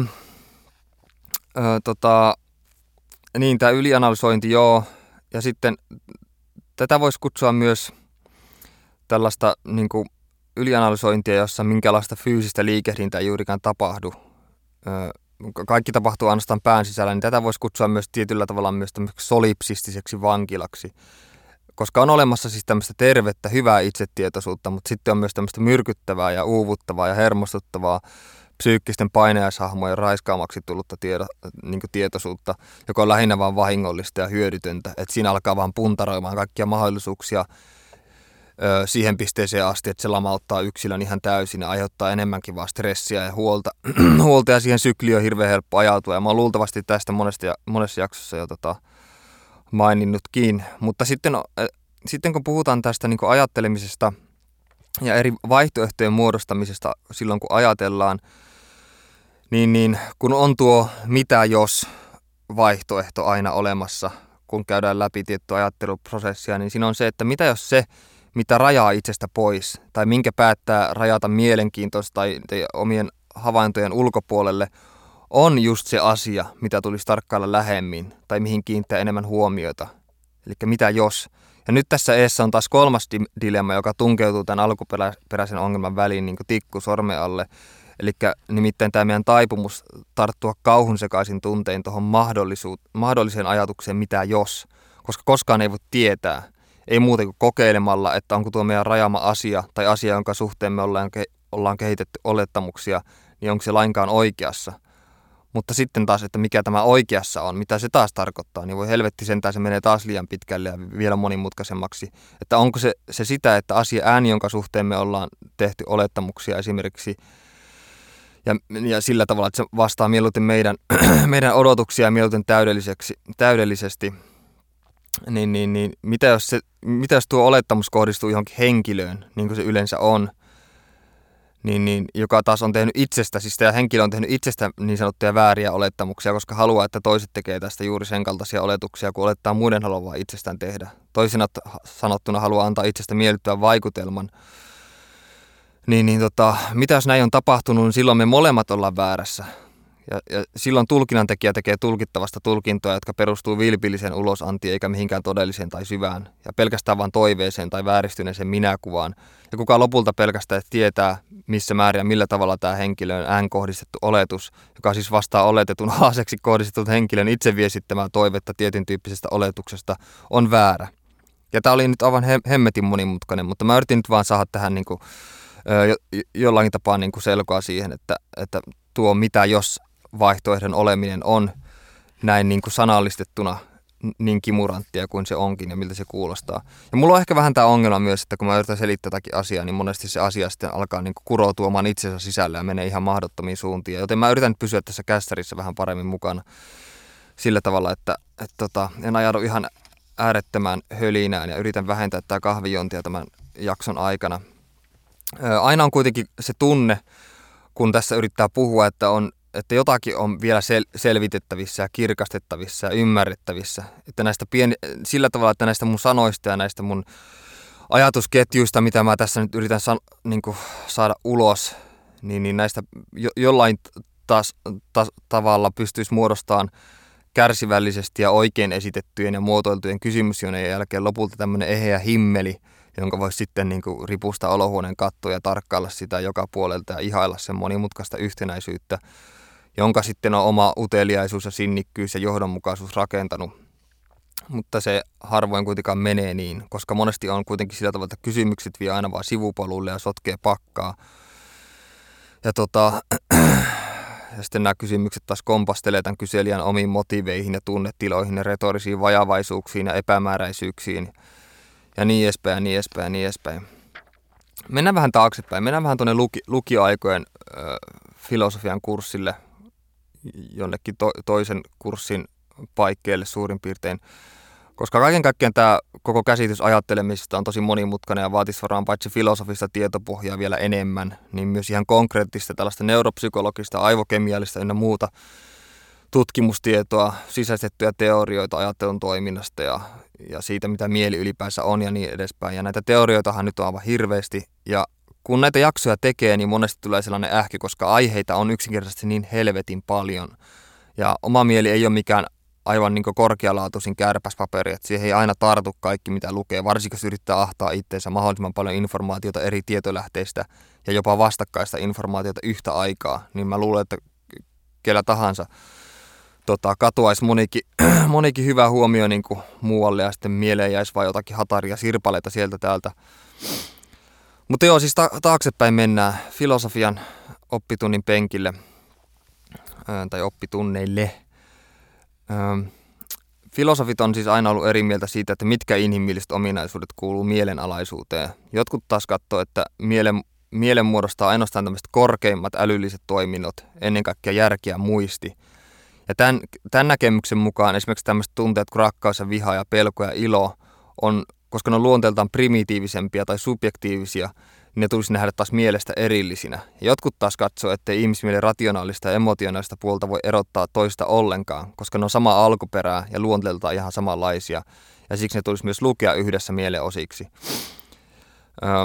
öö, tota, niin tämä ylianalysointi, joo, ja sitten tätä voisi kutsua myös tällaista niin kuin ylianalysointia, jossa minkälaista fyysistä liikehdintää ei juurikaan tapahdu. Öö, kaikki tapahtuu ainoastaan pään sisällä, niin tätä voisi kutsua myös tietyllä tavalla myös tämmöiseksi solipsistiseksi vankilaksi. Koska on olemassa siis tämmöistä tervettä, hyvää itsetietoisuutta, mutta sitten on myös tämmöistä myrkyttävää ja uuvuttavaa ja hermostuttavaa psyykkisten painajaishahmojen raiskaamaksi tullutta tiedo, niin kuin tietoisuutta, joka on lähinnä vaan vahingollista ja hyödytöntä. Että siinä alkaa vaan puntaroimaan kaikkia mahdollisuuksia ö, siihen pisteeseen asti, että se lamauttaa yksilön ihan täysin ja aiheuttaa enemmänkin vaan stressiä ja huolta. huolta ja siihen sykliin on hirveän helppo ajautua. Ja mä oon luultavasti tästä monesta, monessa jaksossa jo tota, maininnutkin. Mutta sitten, äh, sitten kun puhutaan tästä niin kuin ajattelemisesta ja eri vaihtoehtojen muodostamisesta silloin kun ajatellaan, niin, niin kun on tuo mitä jos vaihtoehto aina olemassa, kun käydään läpi tiettyä ajatteluprosessia, niin siinä on se, että mitä jos se, mitä rajaa itsestä pois, tai minkä päättää rajata mielenkiintoista tai, tai omien havaintojen ulkopuolelle, on just se asia, mitä tulisi tarkkailla lähemmin, tai mihin kiinnittää enemmän huomiota. Eli mitä jos. Ja nyt tässä eessä on taas kolmas di- dilemma, joka tunkeutuu tämän alkuperäisen ongelman väliin niin kuin tikku sormen alle. Eli nimittäin tämä meidän taipumus tarttua kauhun sekaisin tuntein tuohon mahdolliseen ajatukseen mitä jos. Koska koskaan ei voi tietää, ei muuten kuin kokeilemalla, että onko tuo meidän rajaama asia tai asia, jonka suhteen me ollaan, ke- ollaan kehitetty olettamuksia, niin onko se lainkaan oikeassa. Mutta sitten taas, että mikä tämä oikeassa on, mitä se taas tarkoittaa, niin voi helvetti sentään, se menee taas liian pitkälle ja vielä monimutkaisemmaksi. Että onko se, se sitä, että asia ääni, jonka suhteen me ollaan tehty olettamuksia esimerkiksi, ja, ja sillä tavalla, että se vastaa mieluiten meidän, meidän odotuksia mieluiten täydelliseksi, täydellisesti, niin, niin, niin mitä, jos se, mitä jos tuo olettamus kohdistuu johonkin henkilöön, niin kuin se yleensä on, Niin, niin, joka taas on tehnyt itsestä, siis tämä henkilö on tehnyt itsestä niin sanottuja vääriä olettamuksia, koska haluaa, että toiset tekee tästä juuri sen kaltaisia oletuksia, kun olettaa muiden haluaa itsestään tehdä. Toisena sanottuna haluaa antaa itsestä miellyttävän vaikutelman. Niin, niin tota, mitä jos näin on tapahtunut, niin silloin me molemmat ollaan väärässä. Ja, ja silloin tulkinnantekijä tekee tulkittavasta tulkintoja, jotka perustuu vilpilliseen ulosantiin eikä mihinkään todelliseen tai syvään. Ja pelkästään vain toiveeseen tai vääristyneeseen minäkuvaan. Ja kuka lopulta pelkästään tietää, missä määrin ja millä tavalla tämä henkilön ään kohdistettu oletus, joka siis vastaa oletetun haaseksi kohdistetun henkilön itse viestittämää toivetta tietyn tyyppisestä oletuksesta, on väärä. Ja tämä oli nyt aivan he- hemmetin monimutkainen, mutta mä yritin nyt vaan saada tähän niin kuin, jo, jollain tapaa niin kuin selkoa siihen, että, että tuo mitä jos vaihtoehdon oleminen on näin niin kuin sanallistettuna niin kimuranttia kuin se onkin ja miltä se kuulostaa. Ja mulla on ehkä vähän tämä ongelma myös, että kun mä yritän selittää jotakin asiaa, niin monesti se asia sitten alkaa niin kuin kuroutua oman itsensä sisällä ja menee ihan mahdottomiin suuntiin. Joten mä yritän nyt pysyä tässä kässärissä vähän paremmin mukana sillä tavalla, että, että tota, en ajaudu ihan äärettömään hölinään ja yritän vähentää tämä kahvijontia tämän jakson aikana. Aina on kuitenkin se tunne, kun tässä yrittää puhua, että on että jotakin on vielä sel- selvitettävissä ja kirkastettavissa ja ymmärrettävissä. Että näistä pieni- sillä tavalla, että näistä mun sanoista ja näistä mun ajatusketjuista, mitä mä tässä nyt yritän san- niin kuin saada ulos, niin, niin näistä jo- jollain taas, taas tavalla pystyisi muodostamaan kärsivällisesti ja oikein esitettyjen ja muotoiltujen kysymysjonejen jälkeen lopulta tämmöinen eheä himmeli, jonka voisi sitten niin kuin ripustaa olohuoneen kattoon ja tarkkailla sitä joka puolelta ja ihailla sen monimutkaista yhtenäisyyttä, jonka sitten on oma uteliaisuus ja sinnikkyys ja johdonmukaisuus rakentanut. Mutta se harvoin kuitenkaan menee niin, koska monesti on kuitenkin sillä tavalla, että kysymykset vie aina vaan sivupolulle ja sotkee pakkaa. Ja, tota, ja sitten nämä kysymykset taas kompastelee tämän kyselijän omiin motiveihin ja tunnetiloihin ja retorisiin vajavaisuuksiin ja epämääräisyyksiin ja niin edespäin ja niin edespäin ja niin edespäin. Mennään vähän taaksepäin. Mennään vähän tuonne luki, lukioaikojen ö, filosofian kurssille, jonnekin to, toisen kurssin paikkeelle suurin piirtein. Koska kaiken kaikkiaan tämä koko käsitys ajattelemisesta on tosi monimutkainen ja vaatisi varmaan paitsi filosofista tietopohjaa vielä enemmän, niin myös ihan konkreettista tällaista neuropsykologista, aivokemiallista ynnä muuta tutkimustietoa, sisäistettyjä teorioita ajattelun toiminnasta ja, ja siitä, mitä mieli ylipäänsä on ja niin edespäin. Ja näitä teorioitahan nyt on aivan hirveästi. Ja kun näitä jaksoja tekee, niin monesti tulee sellainen ähky, koska aiheita on yksinkertaisesti niin helvetin paljon. Ja oma mieli ei ole mikään aivan niin kuin korkealaatuisin kärpäspaperi, että siihen ei aina tartu kaikki, mitä lukee, varsinkin jos yrittää ahtaa itseensä mahdollisimman paljon informaatiota eri tietolähteistä ja jopa vastakkaista informaatiota yhtä aikaa, niin mä luulen, että kellä tahansa tota, katoaisi monikin, monikin hyvä huomio niin kuin muualle ja sitten mieleen jäisi vain jotakin hataria sirpaleita sieltä täältä. Mutta joo, siis ta- taaksepäin mennään filosofian oppitunnin penkille ää, tai oppitunneille. Ää, filosofit on siis aina ollut eri mieltä siitä, että mitkä inhimilliset ominaisuudet kuuluu mielenalaisuuteen. Jotkut taas katsoo, että mielen, mielen muodostaa ainoastaan tämmöiset korkeimmat älylliset toiminnot, ennen kaikkea järki ja muisti. Ja tämän, tämän näkemyksen mukaan esimerkiksi tämmöiset tunteet kuin rakkaus ja viha ja pelko ja ilo on, koska ne on luonteeltaan primitiivisempia tai subjektiivisia, niin ne tulisi nähdä taas mielestä erillisinä. Ja jotkut taas katsoo, ettei ihmismielen rationaalista ja emotionaalista puolta voi erottaa toista ollenkaan, koska ne on sama alkuperää ja luonteeltaan ihan samanlaisia, ja siksi ne tulisi myös lukea yhdessä mielen osiksi. Öö,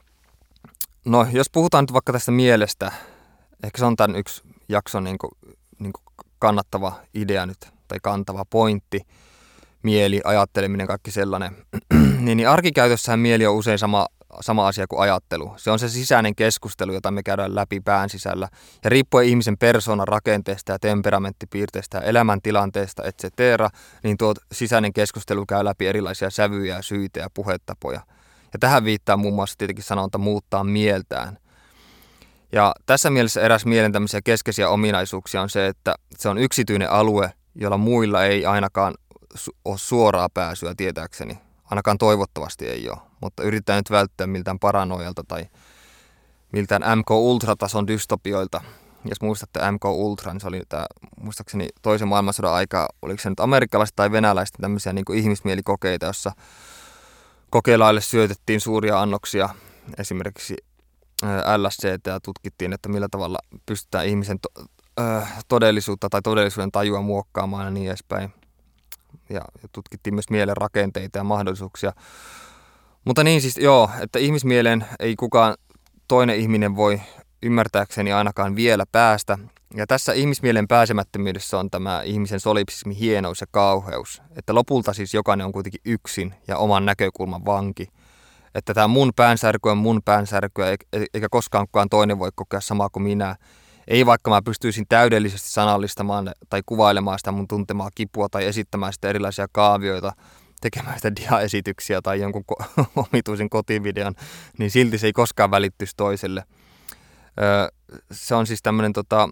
no, jos puhutaan nyt vaikka tästä mielestä, ehkä se on tämän yksi jakson niin kuin, niin kuin kannattava idea nyt, tai kantava pointti, mieli, ajatteleminen, kaikki sellainen, niin, niin arkikäytössähän mieli on usein sama, sama asia kuin ajattelu. Se on se sisäinen keskustelu, jota me käydään läpi pään sisällä. Ja riippuen ihmisen persoonan rakenteesta ja temperamenttipiirteistä ja elämäntilanteesta, et cetera, niin tuo sisäinen keskustelu käy läpi erilaisia sävyjä, syitä ja puhetapoja. Ja tähän viittaa muun muassa tietenkin sanonta muuttaa mieltään. Ja tässä mielessä eräs mielen tämmöisiä keskeisiä ominaisuuksia on se, että se on yksityinen alue, jolla muilla ei ainakaan ole suoraa pääsyä tietääkseni. Ainakaan toivottavasti ei ole, mutta yritetään nyt välttää miltään paranoialta tai miltään M K Ultra-tason dystopioilta. Jos muistatte M K Ultra, niin se oli tämä, muistaakseni toisen maailmansodan aikaa, oliko se nyt amerikkalaiset tai venäläiset tämmöisiä niin kuin ihmismielikokeita, jossa kokeilaille syötettiin suuria annoksia, esimerkiksi L S D:tä, ja tutkittiin, että millä tavalla pystytään ihmisen to- äh, todellisuutta tai todellisuuden tajua muokkaamaan ja niin edespäin. Ja, ja tutkittiin myös mielen rakenteita ja mahdollisuuksia. Mutta niin siis joo, että ihmismieleen ei kukaan toinen ihminen voi ymmärtääkseni ainakaan vielä päästä. Ja tässä ihmismielen pääsemättömyydessä on tämä ihmisen solipsismi, hienous ja kauheus. Että lopulta siis jokainen on kuitenkin yksin ja oman näkökulman vanki. Että tämä mun päänsärky on mun päänsärkyä, eikä koskaan kukaan toinen voi kokea samaa kuin minä. Ei vaikka mä pystyisin täydellisesti sanallistamaan tai kuvailemaan sitä mun tuntemaa kipua tai esittämään sitä erilaisia kaavioita, tekemään sitä diaesityksiä tai jonkun ko- omituisen kotivideon, niin silti se ei koskaan välittyisi toiselle. Öö, se on siis tämmöinen, tota,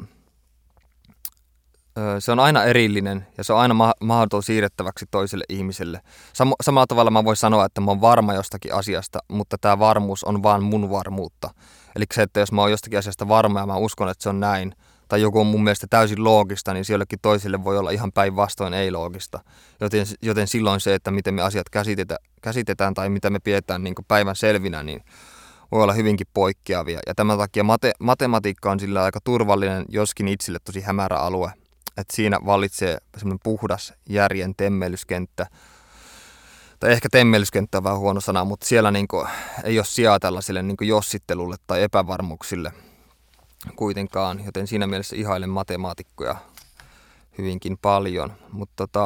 öö, se on aina erillinen ja se on aina ma- mahdoton siirrettäväksi toiselle ihmiselle. Sam- samalla tavalla mä voin sanoa, että mä oon varma jostakin asiasta, mutta tämä varmuus on vaan mun varmuutta. Eli se, että jos mä oon jostakin asiasta varma ja mä uskon, että se on näin, tai joku on mun mielestä täysin loogista, niin jollekin toiselle voi olla ihan päinvastoin ei-loogista. Joten, joten silloin se, että miten me asiat käsitetä, käsitetään tai mitä me pidetään niin kuin päivän selvinä, niin voi olla hyvinkin poikkeavia. Ja tämän takia mate, matematiikka on sillä aika turvallinen, joskin itselle tosi hämärä alue. Että siinä vallitsee semmoinen puhdas järjen temmelyskenttä. Tai ehkä temmelyskenttä on vähän huono sana, mutta siellä niin kuin ei ole sijaa tällaiselle niin kuin jossittelulle tai epävarmuuksille kuitenkaan, joten siinä mielessä ihailen matemaatikkoja hyvinkin paljon. Mutta tota,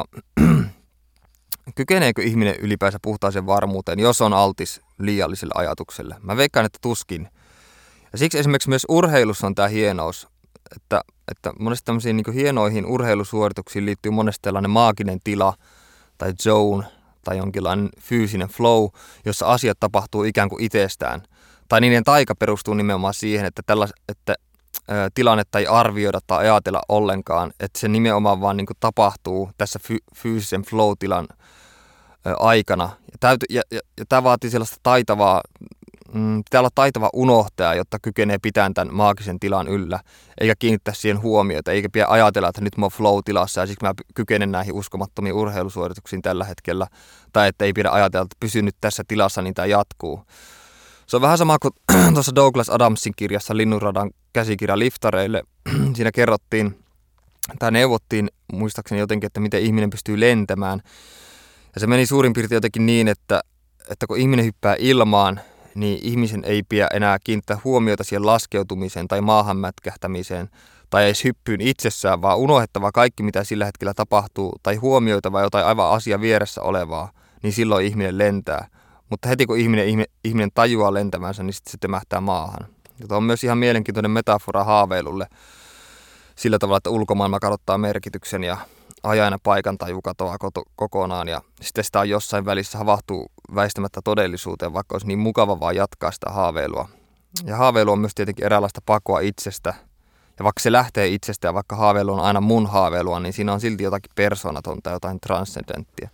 kykeneekö ihminen ylipäänsä puhtaaseen varmuuteen, jos on altis liialliselle ajatukselle? Mä veikkaan, että tuskin. Ja siksi esimerkiksi myös urheilussa on tämä hienous, että, että monesti tämmöisiin niin kuin hienoihin urheilusuorituksiin liittyy monesti tällainen maaginen tila tai zone, tai jonkinlainen fyysinen flow, jossa asiat tapahtuu ikään kuin itsestään. Tai niiden taika perustuu nimenomaan siihen, että, tällais, että ä, tilannetta ei arvioida tai ajatella ollenkaan, että se nimenomaan vaan niin kuin tapahtuu tässä fy- fyysisen flow-tilan ä, aikana. Ja, täyty, ja, ja, ja tämä vaatii sellaista taitavaa, mm, pitää olla taitava unohtaja, jotta kykenee pitämään tämän maagisen tilan yllä, eikä kiinnittää siihen huomiota, eikä pidä ajatella, että nyt mä oon flow-tilassa ja siksi mä kykenen näihin uskomattomiin urheilusuorituksiin tällä hetkellä, tai että ei pidä ajatella, että pysy nyt tässä tilassa, niin tämä jatkuu. Se on vähän sama kuin tuossa Douglas Adamsin kirjassa Linnunradan käsikirja liftareille. Siinä kerrottiin, tai neuvottiin muistaakseni jotenkin, että miten ihminen pystyy lentämään. Ja se meni suurin piirtein jotenkin niin, että, että kun ihminen hyppää ilmaan, niin ihmisen ei pidä enää kiinnittää huomiota siihen laskeutumiseen tai maahan mätkähtämiseen tai edes hyppyyn itsessään, vaan unohdettava kaikki, mitä sillä hetkellä tapahtuu, tai huomioitava jotain aivan asia vieressä olevaa, niin silloin ihminen lentää. Mutta heti kun ihminen, ihminen, ihminen tajuaa lentämänsä, niin sitten se tömähtää maahan. Tämä on myös ihan mielenkiintoinen metafora haaveilulle sillä tavalla, että ulkomaailma kadottaa merkityksen ja ajaina paikan taju katoaa kokonaan ja sitten sitä on jossain välissä havahtuu väistämättä todellisuuteen, vaikka olisi niin mukava vaan jatkaa sitä haaveilua. Ja haaveilu on myös tietenkin eräänlaista pakoa itsestä. Ja vaikka se lähtee itsestä ja vaikka haaveilu on aina mun haaveilua, niin siinä on silti jotakin persoonatonta, jotain transcendenttia.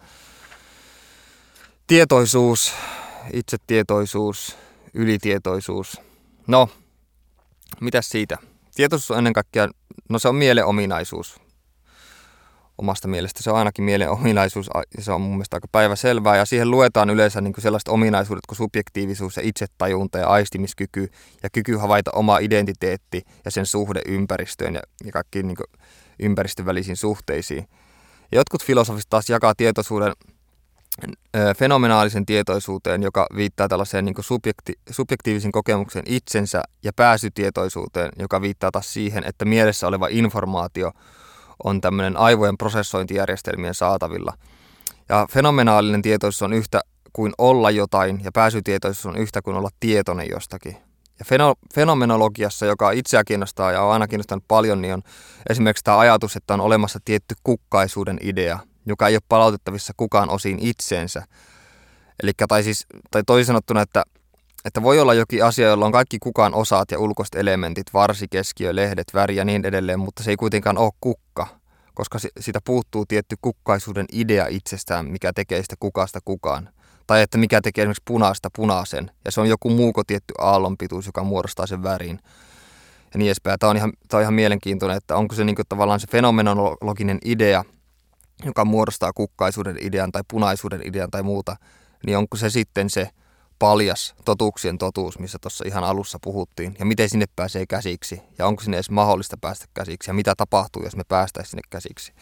Tietoisuus, itsetietoisuus, ylitietoisuus. No, mitäs siitä? Tietoisuus on ennen kaikkea, no se on mielen ominaisuus. omasta mielestä. Se on ainakin mielen ominaisuus ja se on mun mielestä aika päiväselvää. Ja siihen luetaan yleensä niin kuin sellaiset ominaisuudet kuin subjektiivisuus ja itsetajunta ja aistimiskyky ja kyky havaita oma identiteetti ja sen suhde ympäristöön ja, ja kaikkiin niin kuin ympäristön välisiin suhteisiin. Ja jotkut filosofit taas jakaa tietoisuuden ö, fenomenaalisen tietoisuuteen, joka viittaa tällaiseen niin kuin subjekti, subjektiivisen kokemuksen itsensä ja pääsytietoisuuteen, joka viittaa taas siihen, että mielessä oleva informaatio on tämmöinen aivojen prosessointijärjestelmien saatavilla. Ja fenomenaalinen tietoisuus on yhtä kuin olla jotain ja pääsytietoisuus on yhtä kuin olla tietoinen jostakin. Ja feno, fenomenologiassa, joka itseä kiinnostaa ja on aina kiinnostanut paljon, niin on esimerkiksi tämä ajatus, että on olemassa tietty kukkaisuuden idea, joka ei ole palautettavissa kukaan osin itseensä. Elikkä, tai, siis, tai toisin sanottuna, että, että voi olla jokin asia, jolla on kaikki kukaan osat ja ulkoiset elementit, varsi, keskiö, lehdet, väri ja niin edelleen, mutta se ei kuitenkaan ole kukka, koska siitä puuttuu tietty kukkaisuuden idea itsestään, mikä tekee sitä kukasta kukaan. Tai että mikä tekee esimerkiksi punaista punaisen, ja se on joku muuko tietty aallonpituus, joka muodostaa sen värin. Ja niin edespäin. Tämä on ihan, tämä on ihan mielenkiintoinen, että onko se niin kuin tavallaan se fenomenologinen idea, joka muodostaa kukkaisuuden idean tai punaisuuden idean tai muuta, niin onko se sitten se paljas totuuksien totuus, missä tuossa ihan alussa puhuttiin, ja miten sinne pääsee käsiksi, ja onko sinne edes mahdollista päästä käsiksi, ja mitä tapahtuu, jos me päästäisiin sinne käsiksi.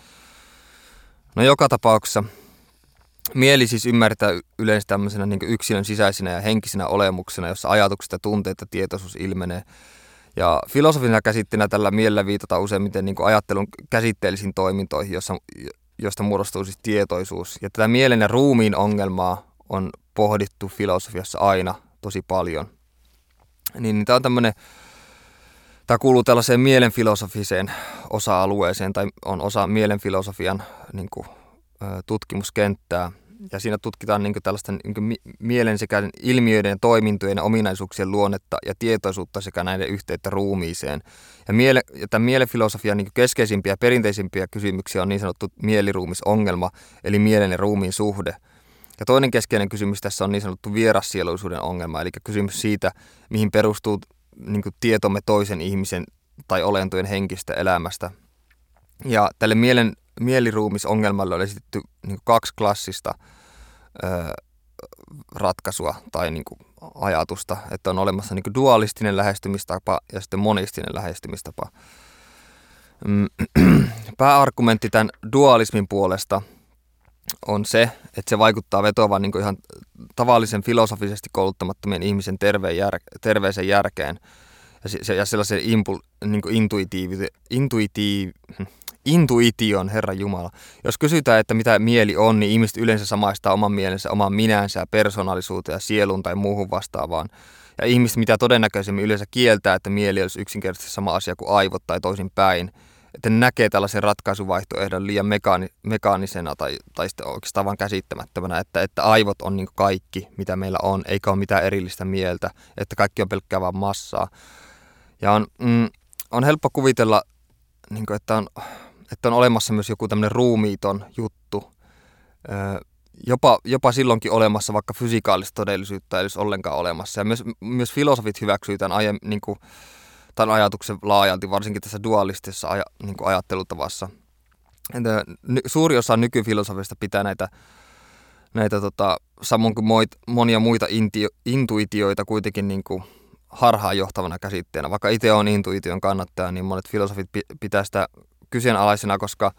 No joka tapauksessa mieli siis ymmärtää yleensä tämmöisenä niin kuin yksilön sisäisenä ja henkisenä olemuksena, jossa ajatukset ja tunteet ja tietoisuus ilmenee. Ja filosofina käsitteenä tällä mielellä viitataan useimmiten niin kuin ajattelun käsitteellisiin toimintoihin, jossa, josta muodostuu siis tietoisuus. Ja tätä mielen ja ruumiin ongelmaa on pohdittu filosofiassa aina tosi paljon. Niin, niin tämä on tämmöinen, tämä kuuluu tällaiseen mielenfilosofiseen osa-alueeseen, tai on osa mielenfilosofian niin kuin tutkimuskenttää, ja siinä tutkitaan niin kuin tällaista niin kuin mielen sekä ilmiöiden, toimintojen ja ominaisuuksien luonnetta ja tietoisuutta sekä näiden yhteyttä ruumiiseen. Ja, miele, ja tämän mielenfilosofian niin kuin keskeisimpiä ja perinteisimpiä kysymyksiä on niin sanottu mieliruumisongelma, eli mielen ja ruumiin suhde. Ja toinen keskeinen kysymys tässä on niin sanottu vierassieluisuuden ongelma, eli kysymys siitä, mihin perustuu niin kuin tietomme toisen ihmisen tai olentojen henkistä elämästä. Ja tälle mielen mieliruumisongelmalle on esitetty niin kuin kaksi klassista ö, ratkaisua tai niin kuin ajatusta, että on olemassa niin kuin dualistinen lähestymistapa ja sitten monistinen lähestymistapa. Pääargumentti tämän dualismin puolesta on se, että se vaikuttaa vetoavan niin kuin ihan tavallisen filosofisesti kouluttamattomien ihmisen terveen jär, terveeseen järkeen ja, ja sellaisen impul, niin kuin intuitiivi, intuitiiv, intuition, Herran Jumala. Jos kysytään, että mitä mieli on, niin ihmiset yleensä samaistaa oman mielensä, oman minänsä, persoonallisuuteen ja sielun tai muuhun vastaavaan. Ja ihmiset mitä todennäköisemmin yleensä kieltää, että mieli olisi yksinkertaisesti sama asia kuin aivot tai toisin päin. Että ne näkee tällaisen ratkaisuvaihtoehdon liian mekaani, mekaanisena tai, tai sitten oikeastaan vaan käsittämättömänä, että, että aivot on niin kuin kaikki, mitä meillä on, eikä ole mitään erillistä mieltä, että kaikki on pelkkää vaan massaa. Ja on, mm, on helppo kuvitella, niin kuin, että, on, että on olemassa myös joku tämmöinen ruumiiton juttu, öö, jopa, jopa silloinkin olemassa, vaikka fysikaalista todellisuutta ei olisi ollenkaan olemassa. Ja myös, myös filosofit hyväksyvät tämän, aie, niin kuin, tämän ajatuksen laajalti, varsinkin tässä dualistisessa aja, niin kuin ajattelutavassa. Että, suuri osa nykyfilosofista pitää näitä, näitä tota, samoin kuin moit, monia muita inti, intuitioita kuitenkin niin kuin harhaanjohtavana käsitteenä. Vaikka itse on intuition kannattaja, niin monet filosofit pitää sitä kyseenalaisena, koska,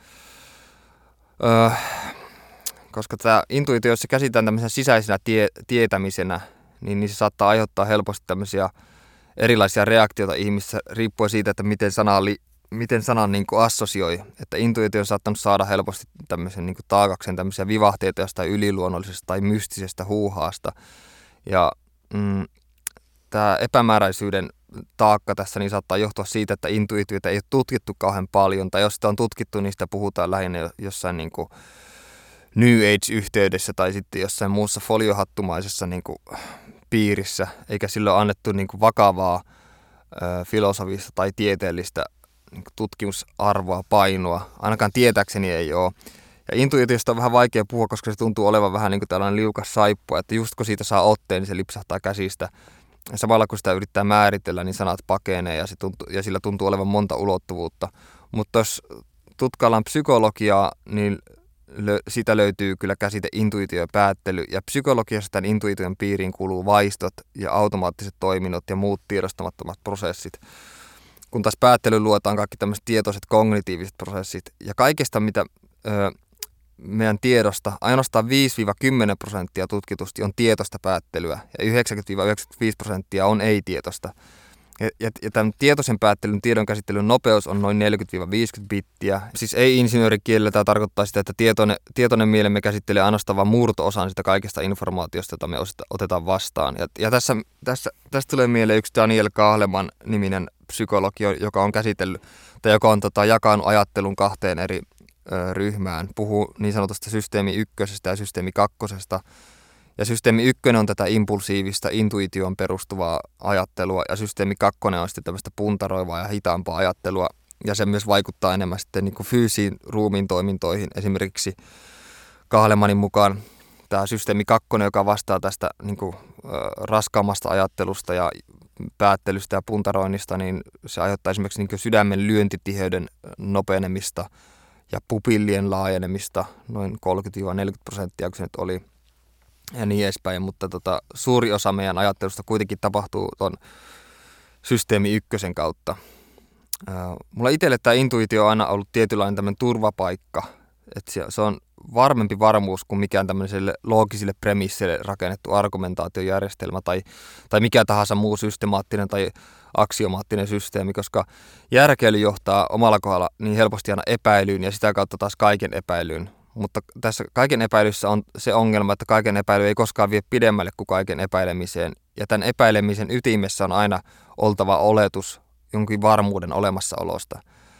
öö, koska tämä intuitio, jos se käsitään tämmöisenä sisäisenä tie, tietämisenä, niin, niin se saattaa aiheuttaa helposti tämmöisiä erilaisia reaktioita ihmisissä, riippuen siitä, että miten sana, li, miten sanan niin kuin assosioi. Että intuitio on saattanut saada helposti tämmöisen niin kuin taakakseen tämmöisiä vivahteita jostain yliluonnollisesta tai mystisestä huuhaasta. Ja mm, tämä epämääräisyyden taakka tässä niin saattaa johtua siitä, että intuitioita ei ole tutkittu kauhean paljon, tai jos sitä on tutkittu, niin sitä puhutaan lähinnä jossain niin kuin New Age-yhteydessä tai sitten jossain muussa foliohattumaisessa niin kuin piirissä, eikä sille ole annettu niin kuin vakavaa ö, filosofista tai tieteellistä niin kuin tutkimusarvoa, painoa. Ainakaan tietääkseni ei ole. Ja intuitiosta on vähän vaikea puhua, koska se tuntuu olevan vähän niin kuin tällainen liukas saippua, että just kun siitä saa otteen, niin se lipsahtaa käsistä. Ja samalla kun sitä yrittää määritellä, niin sanat pakenee ja, se tuntuu, ja sillä tuntuu olevan monta ulottuvuutta. Mutta tutkaillaan psykologiaa, niin lö, sitä löytyy kyllä käsite intuitio ja päättely. Ja psykologiassa tämän intuition piiriin kuuluu vaistot ja automaattiset toiminnot ja muut tiedostamattomat prosessit. Kun taas päättely luotaan kaikki tämmöiset tietoiset kognitiiviset prosessit. Ja kaikesta, mitä ö, meidän tiedosta, ainoastaan viisi kymmenen prosenttia tutkitusti on tietoista päättelyä ja yhdeksänkymmentä yhdeksänkymmentäviisi prosenttia on ei-tietoista. Ja, ja, ja tämän tietoisen päättelyn tiedonkäsittelyn nopeus on noin neljäkymmentä viisikymmentä bittiä. Siis ei-insinöörikielellä tämä tarkoittaa sitä, että tietoinen, tietoinen mielemme käsittelee ainoastaan vain murto-osan sitä kaikesta informaatiosta, jota me otetaan vastaan. Ja, ja tässä, tässä, tästä tulee mieleen yksi Daniel Kahneman niminen psykologi, joka on käsitellyt tai joka on tota, jakanut ajattelun kahteen eri ö, ryhmään. Puhuu niin sanotusta systeemi ykkösestä ja systeemi kakkosesta. Ja systeemi ykkönen on tätä impulsiivista, intuitioon perustuvaa ajattelua, ja systeemi kakkonen on sitten tämmöistä puntaroivaa ja hitaampaa ajattelua, ja se myös vaikuttaa enemmän sitten niin kuin fyysisiin ruumiin toimintoihin. Esimerkiksi Kahlemanin mukaan tämä systeemi kakkonen, joka vastaa tästä niin kuin, ö, raskaammasta ajattelusta ja päättelystä ja puntaroinnista, niin se aiheuttaa esimerkiksi niin kuin sydämen lyöntitiheyden nopenemista ja pupillien laajenemista, noin kolmekymmentä neljäkymmentä prosenttia, kun se nyt oli, ja niin edespäin, mutta tota, suuri osa meidän ajattelusta kuitenkin tapahtuu tuon systeemi ykkösen kautta. Ää, mulla itselle tämä intuitio on aina ollut tietynlainen tämmöinen turvapaikka, että se, se on varmempi varmuus kuin mikään tämmöiselle loogisille premisseille rakennettu argumentaatiojärjestelmä tai, tai mikä tahansa muu systemaattinen tai aksiomaattinen systeemi, koska järkeily johtaa omalla kohdalla niin helposti aina epäilyyn ja sitä kautta taas kaiken epäilyyn. Mutta tässä kaiken epäilyssä on se ongelma, että kaiken epäily ei koskaan vie pidemmälle kuin kaiken epäilemiseen. Ja tämän epäilemisen ytimessä on aina oltava oletus jonkin varmuuden olemassaolosta.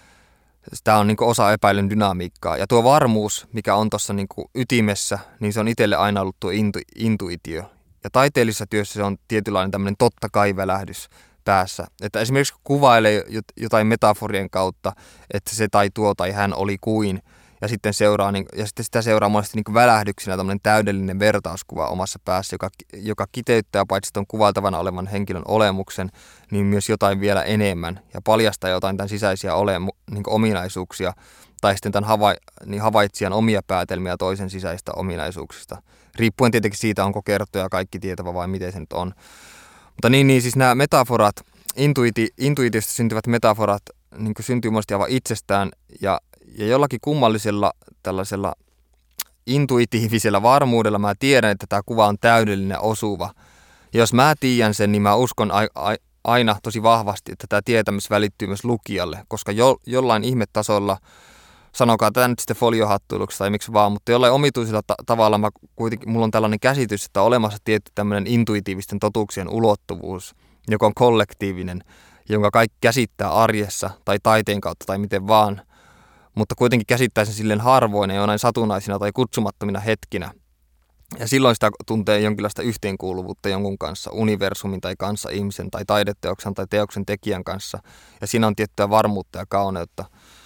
Tämä on niin kuin osa epäilyn dynamiikkaa. Ja tuo varmuus, mikä on tuossa niin kuin ytimessä, niin se on itselle aina ollut tuo intu, intuitio. Ja taiteellisessa työssä se on tietynlainen tämmöinen totta kai välähdys päässä. Että esimerkiksi kun kuvailee jotain metaforien kautta, että se tai tuo tai hän oli kuin, Ja sitten, seuraa, ja sitten sitä seuraa monesti niin kuin välähdyksenä tämmöinen täydellinen vertauskuva omassa päässä, joka, joka kiteyttää paitsi tuon kuvailtavana olevan henkilön olemuksen, niin myös jotain vielä enemmän ja paljastaa jotain tämän sisäisiä olemu, niin kuin ominaisuuksia tai sitten tämän hava, niin havaitsijan omia päätelmiä toisen sisäistä ominaisuuksista. Riippuen tietenkin siitä, onko kertoja kaikki tietävä vai miten se nyt on. Mutta niin, niin siis nämä metaforat, intuiti, intuitiosta syntyvät metaforat niin kuin syntyy monesti aivan itsestään ja Ja jollakin kummallisella tällaisella intuitiivisella varmuudella mä tiedän, että tämä kuva on täydellinen osuva. Ja jos mä tiedän sen, niin mä uskon a- a- aina tosi vahvasti, että tämä tietämys välittyy myös lukijalle. Koska jo- jollain ihmetasolla, sanokaa tätä nyt sitten foliohattuiluksi tai miksi vaan, mutta jollain omituisella ta- tavalla mä kuitenkin, mulla on tällainen käsitys, että on olemassa tietty tämmöinen intuitiivisten totuuksien ulottuvuus, joka on kollektiivinen, jonka kaikki käsittää arjessa tai taiteen kautta tai miten vaan. Mutta kuitenkin käsittää sen silleen harvoin ja jonain satunnaisina tai kutsumattomina hetkinä. Ja silloin sitä tuntee jonkinlaista yhteenkuuluvuutta jonkun kanssa, universumin tai kanssa ihmisen tai taideteoksen tai teoksen tekijän kanssa. Ja siinä on tiettyä varmuutta ja kauneutta.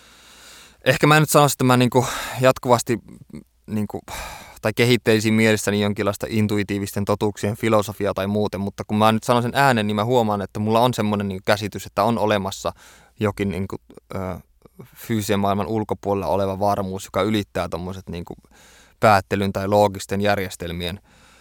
Ehkä mä en nyt sanoisi, että mä niinku jatkuvasti niinku, tai kehittelisin mielessäni jonkinlaista intuitiivisten totuuksien filosofiaa tai muuten, mutta kun mä nyt sanon sen äänen, niin mä huomaan, että mulla on semmoinen niinku käsitys, että on olemassa jokin niinku, ö, fyysisen maailman ulkopuolella oleva varmuus, joka ylittää tuommoiset niin kuin päättelyn tai loogisten järjestelmien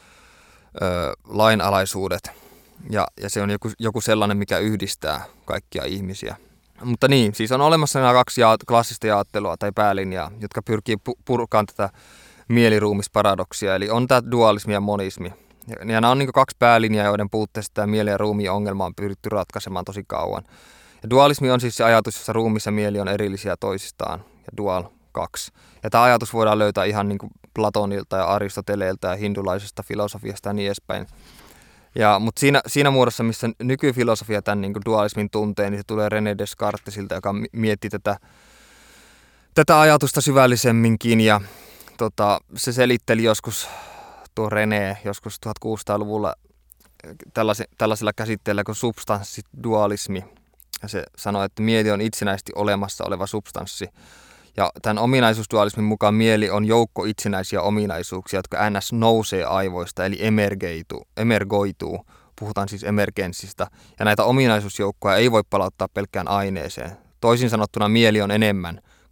ö, lainalaisuudet. Ja, ja se on joku, joku sellainen, mikä yhdistää kaikkia ihmisiä. Mutta niin, siis on olemassa nämä kaksi ja, klassista jaottelua tai päälinjaa, jotka pyrkii pu- purkaan tätä mieliruumisparadoksi. Eli on tämä dualismi ja monismi. Ja, ja nämä on niin kuin kaksi päälinjaa, joiden puutteessa tämä mieli- ja ruumiin ongelma on pyritty ratkaisemaan tosi kauan. Ja dualismi on siis se ajatus, jossa ruumis ja mieli on erillisiä toisistaan, ja dual kaksi. Ja tämä ajatus voidaan löytää ihan niin kuin Platonilta ja Aristoteleilta ja hindulaisesta filosofiasta ja niin edespäin. Ja, mutta siinä, siinä muodossa, missä nykyfilosofia tämän niin kuin dualismin tuntee, niin se tulee René Descartesilta, joka miettii tätä, tätä ajatusta syvällisemminkin. Ja tota, se selitteli joskus, tuo René, joskus tuhatkuusisataaluvulla tällaisella, tällaisella käsitteellä kuin substanssidualismi. Ja se sanoi, että mieli on itsenäisesti olemassa oleva substanssi. Ja tämän ominaisuusdualismin mukaan mieli on joukko itsenäisiä ominaisuuksia, jotka ns. Nousee aivoista, eli emergeituu, emergoituu. Puhutaan siis emergenssistä. Ja näitä ominaisuusjoukkoja ei voi palauttaa pelkkään aineeseen. Toisin sanottuna mieli on enemmän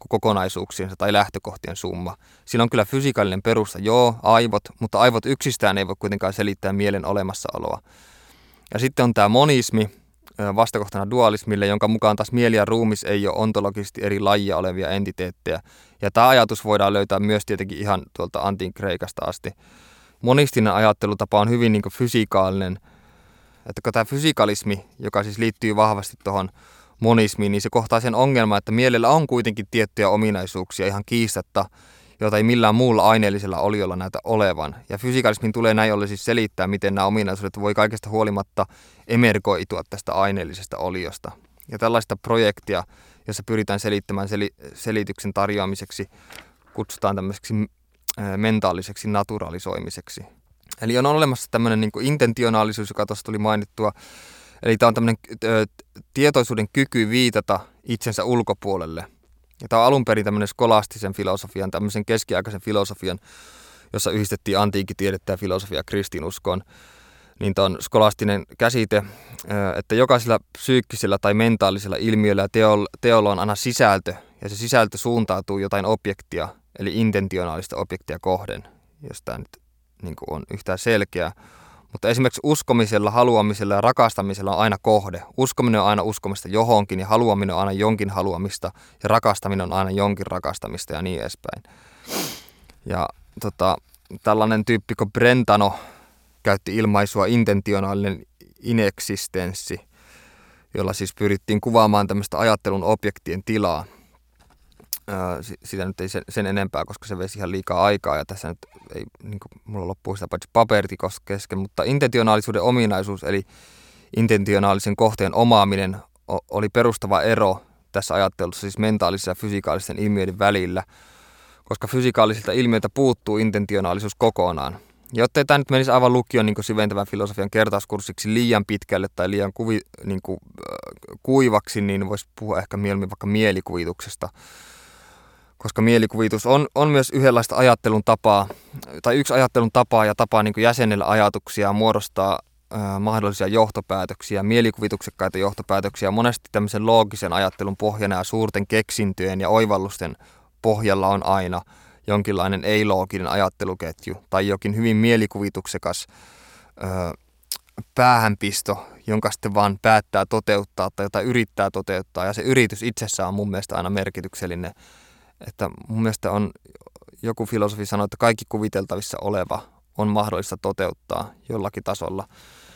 kuin kokonaisuuksiensa tai lähtökohtien summa. Sillä on kyllä fysikaalinen perusta, joo, aivot, mutta aivot yksistään ei voi kuitenkaan selittää mielen olemassaoloa. Ja sitten on tämä monismi, vastakohtana dualismille, jonka mukaan taas mieli ja ruumis ei ole ontologisesti eri lajia olevia entiteettejä. Ja tämä ajatus voidaan löytää myös tietenkin ihan tuolta antiin Kreikasta asti. Monistinen ajattelutapa on hyvin niin kuin fysikaalinen. Että kun tämä fysikalismi, joka siis liittyy vahvasti tuohon monismiin, niin se kohtaa sen ongelman, että mielellä on kuitenkin tiettyjä ominaisuuksia ihan kiistatta, joita ei millään muulla aineellisella oliolla näytä olevan. Ja fysikalismin tulee näin ollen siis selittää, miten nämä ominaisuudet voi kaikesta huolimatta emergoitua tästä aineellisesta oliosta. Ja tällaista projektia, jossa pyritään selittämään sel- selityksen tarjoamiseksi, kutsutaan tämmöiseksi mentaaliseksi naturalisoimiseksi. Eli on olemassa tämmöinen niin kuin intentionaalisuus, joka tuossa tuli mainittua. Eli tämä on tämmöinen ö, tietoisuuden kyky viitata itsensä ulkopuolelle. Ja tämä on alun perin tämmöinen skolastisen filosofian, tämmöisen keskiaikaisen filosofian, jossa yhdistettiin antiikkitiedettä ja filosofia kristinuskoon. Niin tämä on skolastinen käsite, että jokaisella psyykkisellä tai mentaalisella ilmiöllä ja teolla, teolla on aina sisältö, ja se sisältö suuntautuu jotain objektia, eli intentionaalista objektia kohden, jos tämä nyt niin kuin on yhtään selkeää. Mutta esimerkiksi uskomisella, haluamisella ja rakastamisella on aina kohde. Uskominen on aina uskomista johonkin ja haluaminen on aina jonkin haluamista ja rakastaminen on aina jonkin rakastamista ja niin edespäin. Ja tota, tällainen tyyppi kuin Brentano käytti ilmaisua intentionaalinen ineksistenssi, jolla siis pyrittiin kuvaamaan tämmöistä ajattelun objektien tilaa. Sitä nyt ei sen, sen enempää, koska se veisi ihan liikaa aikaa ja tässä nyt ei, niin kuin, mulla loppuu sitä paitsi paperti kesken, mutta intentionaalisuuden ominaisuus eli intentionaalisen kohteen omaaminen oli perustava ero tässä ajattelussa siis mentaalisen ja fysikaalisten ilmiöiden välillä, koska fysikaalisilta ilmiöiltä puuttuu intentionaalisuus kokonaan. Jotta ei tämä nyt menisi aivan lukion niin kuin syventävän filosofian kertauskurssiksi liian pitkälle tai liian kuvi, niin kuin, äh, kuivaksi, niin voisi puhua ehkä mieluummin vaikka mielikuvituksesta. Koska mielikuvitus on, on myös yhdenlaista ajattelun tapaa, tai yksi ajattelun tapaa ja tapaa niin kuin jäsenellä ajatuksia, muodostaa äh, mahdollisia johtopäätöksiä, mielikuvituksekkaita johtopäätöksiä. Monesti tämmöisen loogisen ajattelun pohjana ja suurten keksintöjen ja oivallusten pohjalla on aina jonkinlainen ei-looginen ajatteluketju tai jokin hyvin mielikuvituksekas ö, päähänpisto, jonka sitten vaan päättää toteuttaa tai jota yrittää toteuttaa. Ja se yritys itsessään on mun mielestä aina merkityksellinen. Että mun mielestä on, joku filosofi sanoi, että kaikki kuviteltavissa oleva on mahdollista toteuttaa jollakin tasolla.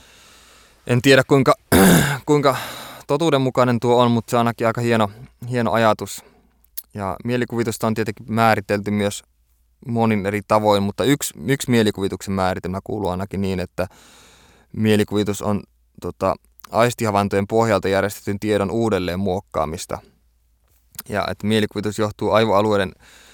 En tiedä kuinka, kuinka totuudenmukainen tuo on, mutta se on ainakin aika hieno, hieno ajatus. Ja mielikuvitusta on tietenkin määritelty myös monin eri tavoin, mutta yksi, yksi mielikuvituksen määritelmä kuuluu ainakin niin, että mielikuvitus on tota, aistihavaintojen pohjalta järjestetyn tiedon uudelleen muokkaamista. Ja että mielikuvitus johtuu aivoalueiden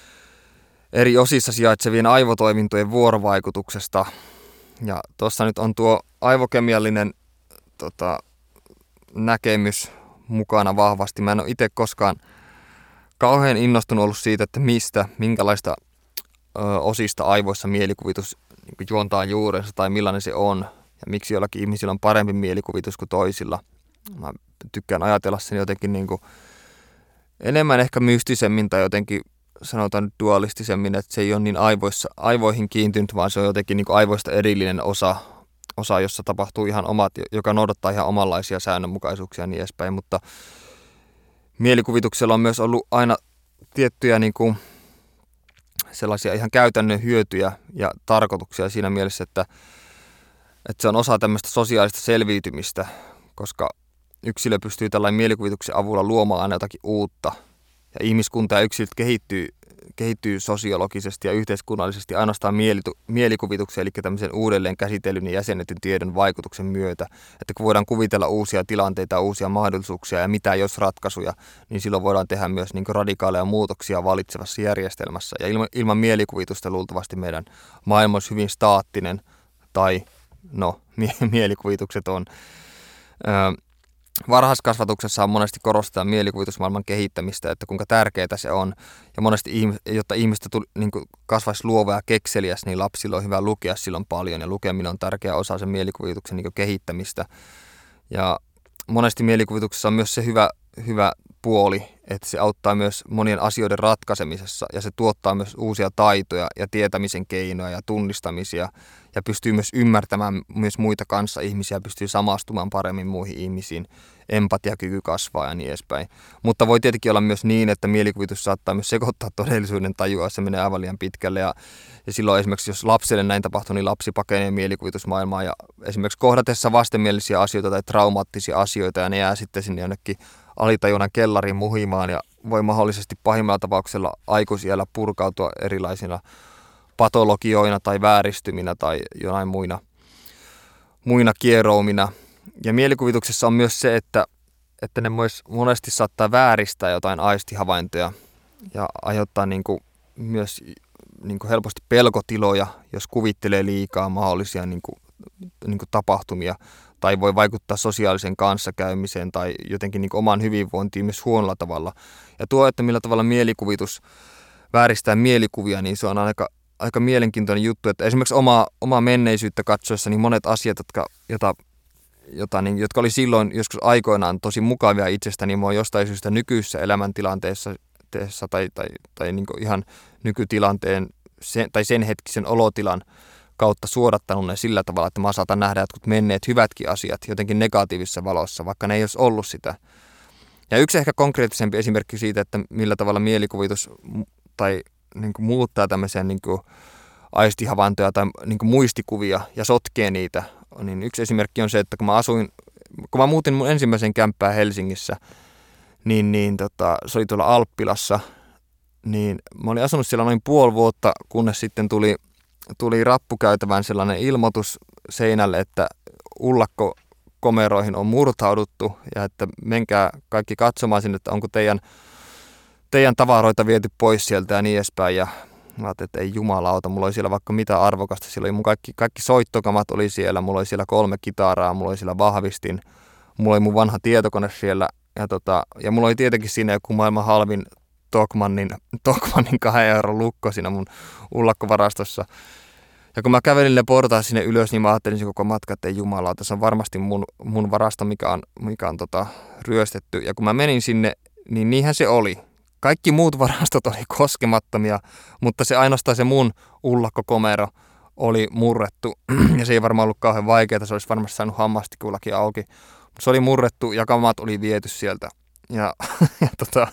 eri osissa sijaitsevien aivotoimintojen vuorovaikutuksesta. Ja tuossa nyt on tuo aivokemiallinen tota, näkemys mukana vahvasti. Mä en ole itse koskaan kauhean innostunut ollut siitä, että mistä, minkälaista ö, osista aivoissa mielikuvitus niin juontaa juurensa tai millainen se on. Ja miksi jollakin ihmisillä on parempi mielikuvitus kuin toisilla. Mä tykkään ajatella sen jotenkin niin kuin enemmän ehkä mystisemmin tai jotenkin sanotaan dualistisemmin, että se ei ole niin aivoissa, aivoihin kiintynyt, vaan se on jotenkin niin kuin aivoista erillinen osa, osa, jossa tapahtuu ihan omat, joka noudattaa ihan omanlaisia säännönmukaisuuksia ja niin edespäin, mutta mielikuvituksella on myös ollut aina tiettyjä niin kuin sellaisia ihan käytännön hyötyjä ja tarkoituksia siinä mielessä, että, että se on osa tämmöistä sosiaalista selviytymistä, koska yksilö pystyy tällainen mielikuvituksen avulla luomaan aina jotakin uutta. Ja ihmiskunta ja yksilöt kehittyy, kehittyy sosiologisesti ja yhteiskunnallisesti ainoastaan mielitu, mielikuvituksen, eli tämmöisen uudelleen käsitellyn ja jäsennetyn tiedon vaikutuksen myötä. Että kun voidaan kuvitella uusia tilanteita, uusia mahdollisuuksia ja mitä jos ratkaisuja, niin silloin voidaan tehdä myös niin kuin radikaaleja muutoksia valitsevassa järjestelmässä. Ja ilman, ilman mielikuvitusta luultavasti meidän maailma olisi hyvin staattinen, tai no, mie- mielikuvitukset on. Öö, Varhaiskasvatuksessa on monesti korostetaan mielikuvitusmaailman kehittämistä, että kuinka tärkeää se on. Ja monesti, jotta ihmistä tuli, niin kuin kasvaisi luova ja kekseliäs, niin lapsilla on hyvä lukea silloin paljon. Ja lukeminen on tärkeä osa sen mielikuvituksen niin kuin kehittämistä. Ja monesti mielikuvituksessa on myös se hyvä, hyvä puoli, että se auttaa myös monien asioiden ratkaisemisessa ja se tuottaa myös uusia taitoja ja tietämisen keinoja ja tunnistamisia ja pystyy myös ymmärtämään myös muita kanssaihmisiä, pystyy samastumaan paremmin muihin ihmisiin, empatiakyky kasvaa ja niin edespäin. Mutta voi tietenkin olla myös niin, että mielikuvitus saattaa myös sekoittaa todellisuuden tajua, se menee aivan liian pitkälle ja, ja silloin esimerkiksi jos lapselle näin tapahtuu, niin lapsi pakenee mielikuvitusmaailmaa ja esimerkiksi kohdatessa vastenmielisiä asioita tai traumaattisia asioita ja ne jää sitten sinne jonnekin alitajunnan kellariin muhimaan ja voi mahdollisesti pahimmalla tapauksella aikuisiällä purkautua erilaisina patologioina tai vääristyminä tai jonain muina, muina kieroumina. Ja mielikuvituksessa on myös se, että, että ne myös monesti saattaa vääristää jotain aistihavaintoja ja aiheuttaa niin kuin myös niin kuin helposti pelkotiloja, jos kuvittelee liikaa mahdollisia niin kuin, niin kuin tapahtumia tai voi vaikuttaa sosiaaliseen kanssakäymiseen tai jotenkin niin kuin omaan hyvinvointiin myös huonolla tavalla. Ja tuo, että millä tavalla mielikuvitus vääristää mielikuvia, niin se on aika, aika mielenkiintoinen juttu. Että esimerkiksi omaa, omaa menneisyyttä katsoessa, niin monet asiat, jotka, jota, jota, niin, jotka oli silloin joskus aikoinaan tosi mukavia itsestäni, niin mua jostain syystä nykyisessä elämäntilanteessa tai, tai, tai niin kuin ihan nykytilanteen sen, tai sen hetkisen olotilan kautta suodattanut ne sillä tavalla, että mä saatan nähdä jotkut menneet hyvätkin asiat jotenkin negatiivisessa valossa, vaikka ne ei olisi ollut sitä. Ja yksi ehkä konkreettisempi esimerkki siitä, että millä tavalla mielikuvitus tai niin kuin muuttaa tämmöisiä niin kuin aistihavaintoja tai niin kuin muistikuvia ja sotkee niitä, niin yksi esimerkki on se, että kun mä asuin, kun mä muutin mun ensimmäisen kämppään Helsingissä, niin, niin tota, se oli tuolla Alppilassa, niin mä olin asunut siellä noin puoli vuotta, kunnes sitten tuli tuli rappukäytävään sellainen ilmoitus seinälle, että ullakkokomeroihin on murtauduttu ja että menkää kaikki katsomaan sinne, että onko teidän, teidän tavaroita viety pois sieltä ja niin edespäin. Ja mä ajattelin, että ei jumalauta, mulla oli siellä vaikka mitä arvokasta. Siellä oli mun kaikki, kaikki soittokamat oli siellä, mulla oli siellä kolme kitaraa, mulla oli siellä vahvistin, mulla oli mun vanha tietokone siellä ja, tota, ja mulla oli tietenkin siinä joku maailman halvin Tokmannin, Tokmannin kahden euron lukko siinä mun ullakkovarastossa. Ja kun mä kävelin ne portaat sinne ylös, niin mä ajattelin se koko matka, että ei jumalaa, tässä on varmasti mun, mun varasto, mikä on, mikä on tota, ryöstetty. Ja kun mä menin sinne, niin niinhän se oli. Kaikki muut varastot oli koskemattomia, mutta se ainoastaan se mun ullakkokomero oli murrettu. Ja se ei varmaan ollut kauhean vaikeaa, se olisi varmasti saanut hammastikullakin auki. Se oli murrettu ja kamat oli viety sieltä. Ja, ja tota,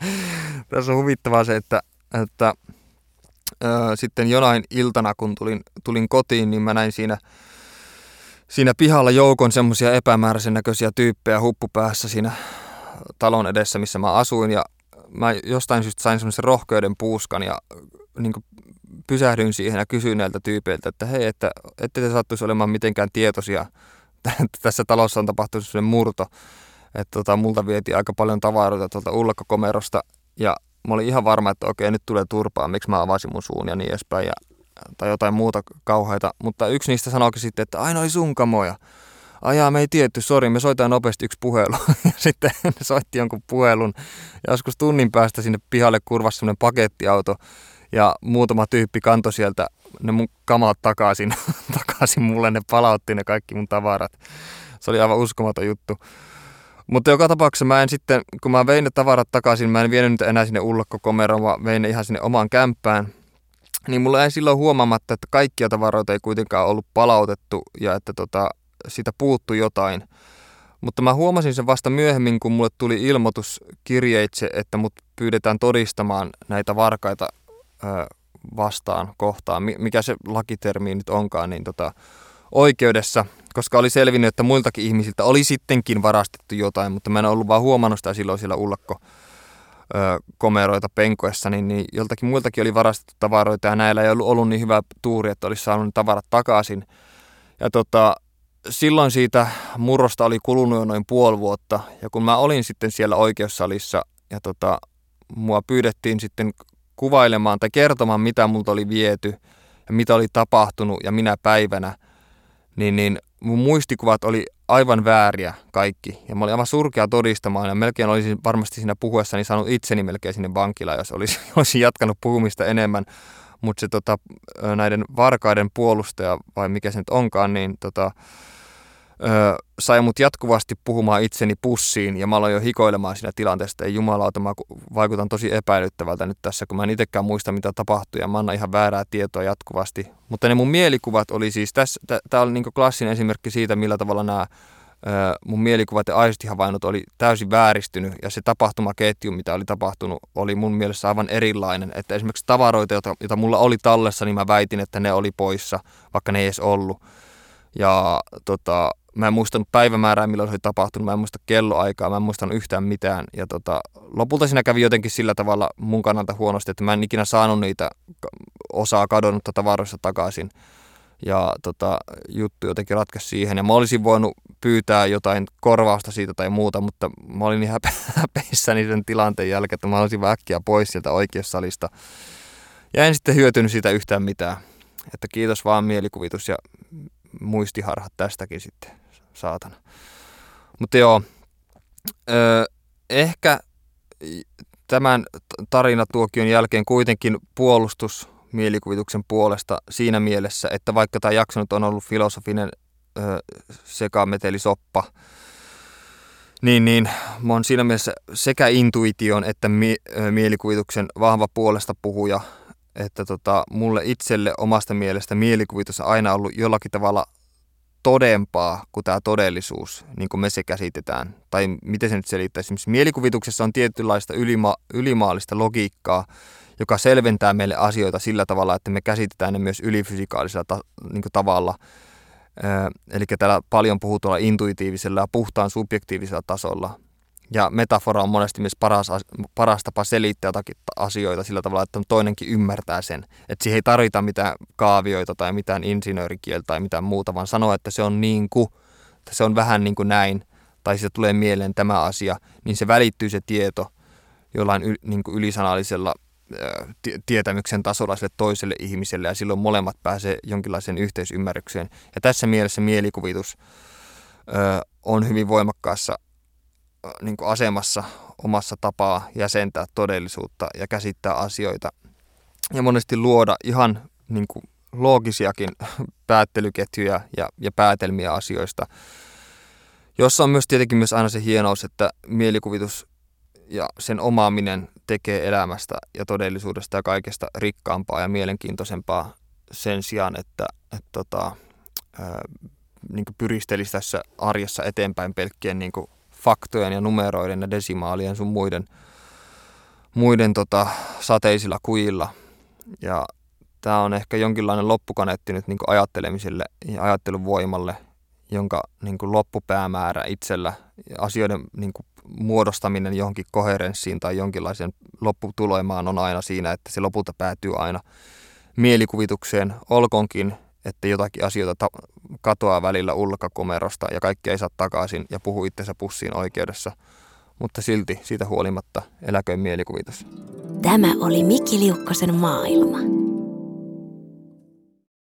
tässä on huvittavaa se, että, että ö, sitten jonain iltana, kun tulin, tulin kotiin, niin mä näin siinä, siinä pihalla joukon semmoisia epämääräisen näköisiä tyyppejä huppupäässä siinä talon edessä, missä mä asuin. Ja mä jostain syystä sain semmoisen rohkeuden puuskan ja niin kuin pysähdyin siihen ja kysyin näiltä tyypeiltä, että hei, että ette te sattuisi olemaan mitenkään tietoisia, että tässä talossa on tapahtunut semmoinen murto. Että tota, multa vietiin aika paljon tavaroita tuolta ullakkokomerosta ja mä olin ihan varma, että okei, nyt tulee turpaa, miksi mä avasin mun suun ja niin edespäin ja, tai jotain muuta kauheita. Mutta yksi niistä sanoikin sitten, että aina oli sun kamoja. Ajaa, me ei tietty, sori, me soitaan nopeasti yksi puhelu. Ja sitten ne soitti jonkun puhelun ja joskus tunnin päästä sinne pihalle kurvasi semmoinen pakettiauto ja muutama tyyppi kantoi sieltä ne mun kamat takaisin, takaisin mulle, ne palautti ne kaikki mun tavarat. Se oli aivan uskomaton juttu. Mutta joka tapauksessa mä en sitten, kun mä vein ne tavarat takaisin, mä en vienyt niitä enää sinne ullakkokomeroon, vaan vein ne ihan sinne omaan kämppään. Niin mulla jäi silloin huomaamatta, että kaikkia tavaroita ei kuitenkaan ollut palautettu ja että tota, siitä puuttui jotain. Mutta mä huomasin sen vasta myöhemmin, kun mulle tuli ilmoitus kirjeitse, että mut pyydetään todistamaan näitä varkaita ö, vastaan kohtaan, mikä se lakitermi nyt onkaan, niin tota, oikeudessa. Koska oli selvinnyt, että muiltakin ihmisiltä oli sittenkin varastettu jotain, mutta mä en ollut vaan huomannut sitä silloin siellä ullakkokomeroita penkoessa, niin, niin joltakin muiltakin oli varastettu tavaroita ja näillä ei ollut ollut niin hyvä tuuri, että olisi saanut ne tavarat takaisin. Ja tota, silloin siitä murrosta oli kulunut jo noin puoli vuotta ja kun mä olin sitten siellä oikeussalissa ja tota, mua pyydettiin sitten kuvailemaan tai kertomaan, mitä multa oli viety ja mitä oli tapahtunut ja minä päivänä, niin, niin mun muistikuvat oli aivan vääriä kaikki. Ja mä olin aivan surkea todistamaan ja melkein olisin varmasti siinä puhuessani saanut itseni melkein sinne vankilaan, jos olisin, olisin jatkanut puhumista enemmän. Mutta se tota, näiden varkaiden puolustaja, vai mikä se nyt onkaan, niin tota, Öö, sai mut jatkuvasti puhumaan itseni pussiin ja mä aloin jo hikoilemaan siinä tilanteesta. Ei jumalauta, mä vaikutan tosi epäilyttävältä nyt tässä, kun mä en itsekään muista mitä tapahtui ja mä annan ihan väärää tietoa jatkuvasti. Mutta ne mun mielikuvat oli siis, tässä, tää oli niinku klassinen esimerkki siitä, millä tavalla nämä öö, mun mielikuvat ja aistihavainnot oli täysin vääristynyt ja se tapahtumaketju, mitä oli tapahtunut, oli mun mielestä aivan erilainen. Että esimerkiksi tavaroita, joita, joita mulla oli tallessa, niin mä väitin, että ne oli poissa, vaikka ne ei edes ollut. Ja tota, mä en muistanut päivämäärää, milloin se oli tapahtunut, mä en muista kelloaikaa, mä en muistanut yhtään mitään. Ja tota, lopulta siinä kävi jotenkin sillä tavalla mun kannalta huonosti, että mä en ikinä saanut niitä osaa kadonnutta tavaroista takaisin. Ja tota, juttu jotenkin ratkesi siihen. Ja mä olisin voinut pyytää jotain korvausta siitä tai muuta, mutta mä olin ihan häpeissäni sen tilanteen jälkeen, että mä olisin vaan äkkiä pois sieltä oikeussalista. Ja en sitten hyötynyt siitä yhtään mitään. Että kiitos vaan mielikuvitus ja muistiharhat tästäkin sitten, saatana. Mutta joo, öö, ehkä tämän tarinatuokion jälkeen kuitenkin puolustus mielikuvituksen puolesta siinä mielessä, että vaikka tämä jakso nyt on ollut filosofinen öö, sekametelisoppa, niin, niin mä oon siinä mielessä sekä intuition että mi- öö, mielikuvituksen vahva puolesta puhuja, että tota, mulle itselle omasta mielestä mielikuvitus on aina ollut jollakin tavalla todempaa kuin tämä todellisuus, niin kuin me se käsitetään. Tai miten se nyt selittäisi. Esimerkiksi mielikuvituksessa on tietynlaista ylima- ylimaallista logiikkaa, joka selventää meille asioita sillä tavalla, että me käsitetään ne myös ylifysikaalisella ta- niin kuin tavalla. Öö, eli täällä paljon puhutaan intuitiivisella ja puhtaan subjektiivisella tasolla. Ja metafora on monesti myös paras, paras tapa selittää jotakin asioita sillä tavalla, että toinenkin ymmärtää sen. Että siihen ei tarvita mitään kaavioita tai mitään insinöörikieltä tai mitään muuta, vaan sanoa, että se on niin kuin, että se on vähän niin kuin näin, tai siitä tulee mieleen tämä asia, niin se välittyy se tieto jollain y, niin kuin ylisanallisella ä, tietämyksen tasolla sille toiselle ihmiselle, ja silloin molemmat pääsee jonkinlaiseen yhteisymmärrykseen. Ja tässä mielessä mielikuvitus ä, on hyvin voimakkaassa niin kuin asemassa omassa tapaa jäsentää todellisuutta ja käsittää asioita ja monesti luoda ihan niin kuin loogisiakin päättelyketjuja ja, ja päätelmiä asioista, jossa on myös tietenkin myös aina se hienous, että mielikuvitus ja sen omaaminen tekee elämästä ja todellisuudesta ja kaikesta rikkaampaa ja mielenkiintoisempaa sen sijaan, että, että tota, ää, niin kuin pyristelisi tässä arjessa eteenpäin pelkkien niin kuin faktojen ja numeroiden ja desimaalien sun muiden, muiden tota, sateisilla kujilla. Ja tämä on ehkä jonkinlainen loppukaneetti nyt niin kuin ajattelemiselle ja ajattelun voimalle, jonka niin kuin loppupäämäärä itsellä, asioiden niin kuin muodostaminen johonkin koherenssiin tai jonkinlaisen lopputulemaan on aina siinä, että se lopulta päätyy aina mielikuvitukseen, olkoonkin, että jotakin asioita ta- katoaa välillä ulkokomerosta ja kaikki ei saa takaisin ja puhu itsensä pussiin oikeudessa. Mutta silti siitä huolimatta eläköön mielikuvitus. Tämä oli Mikki Liukkosen maailma.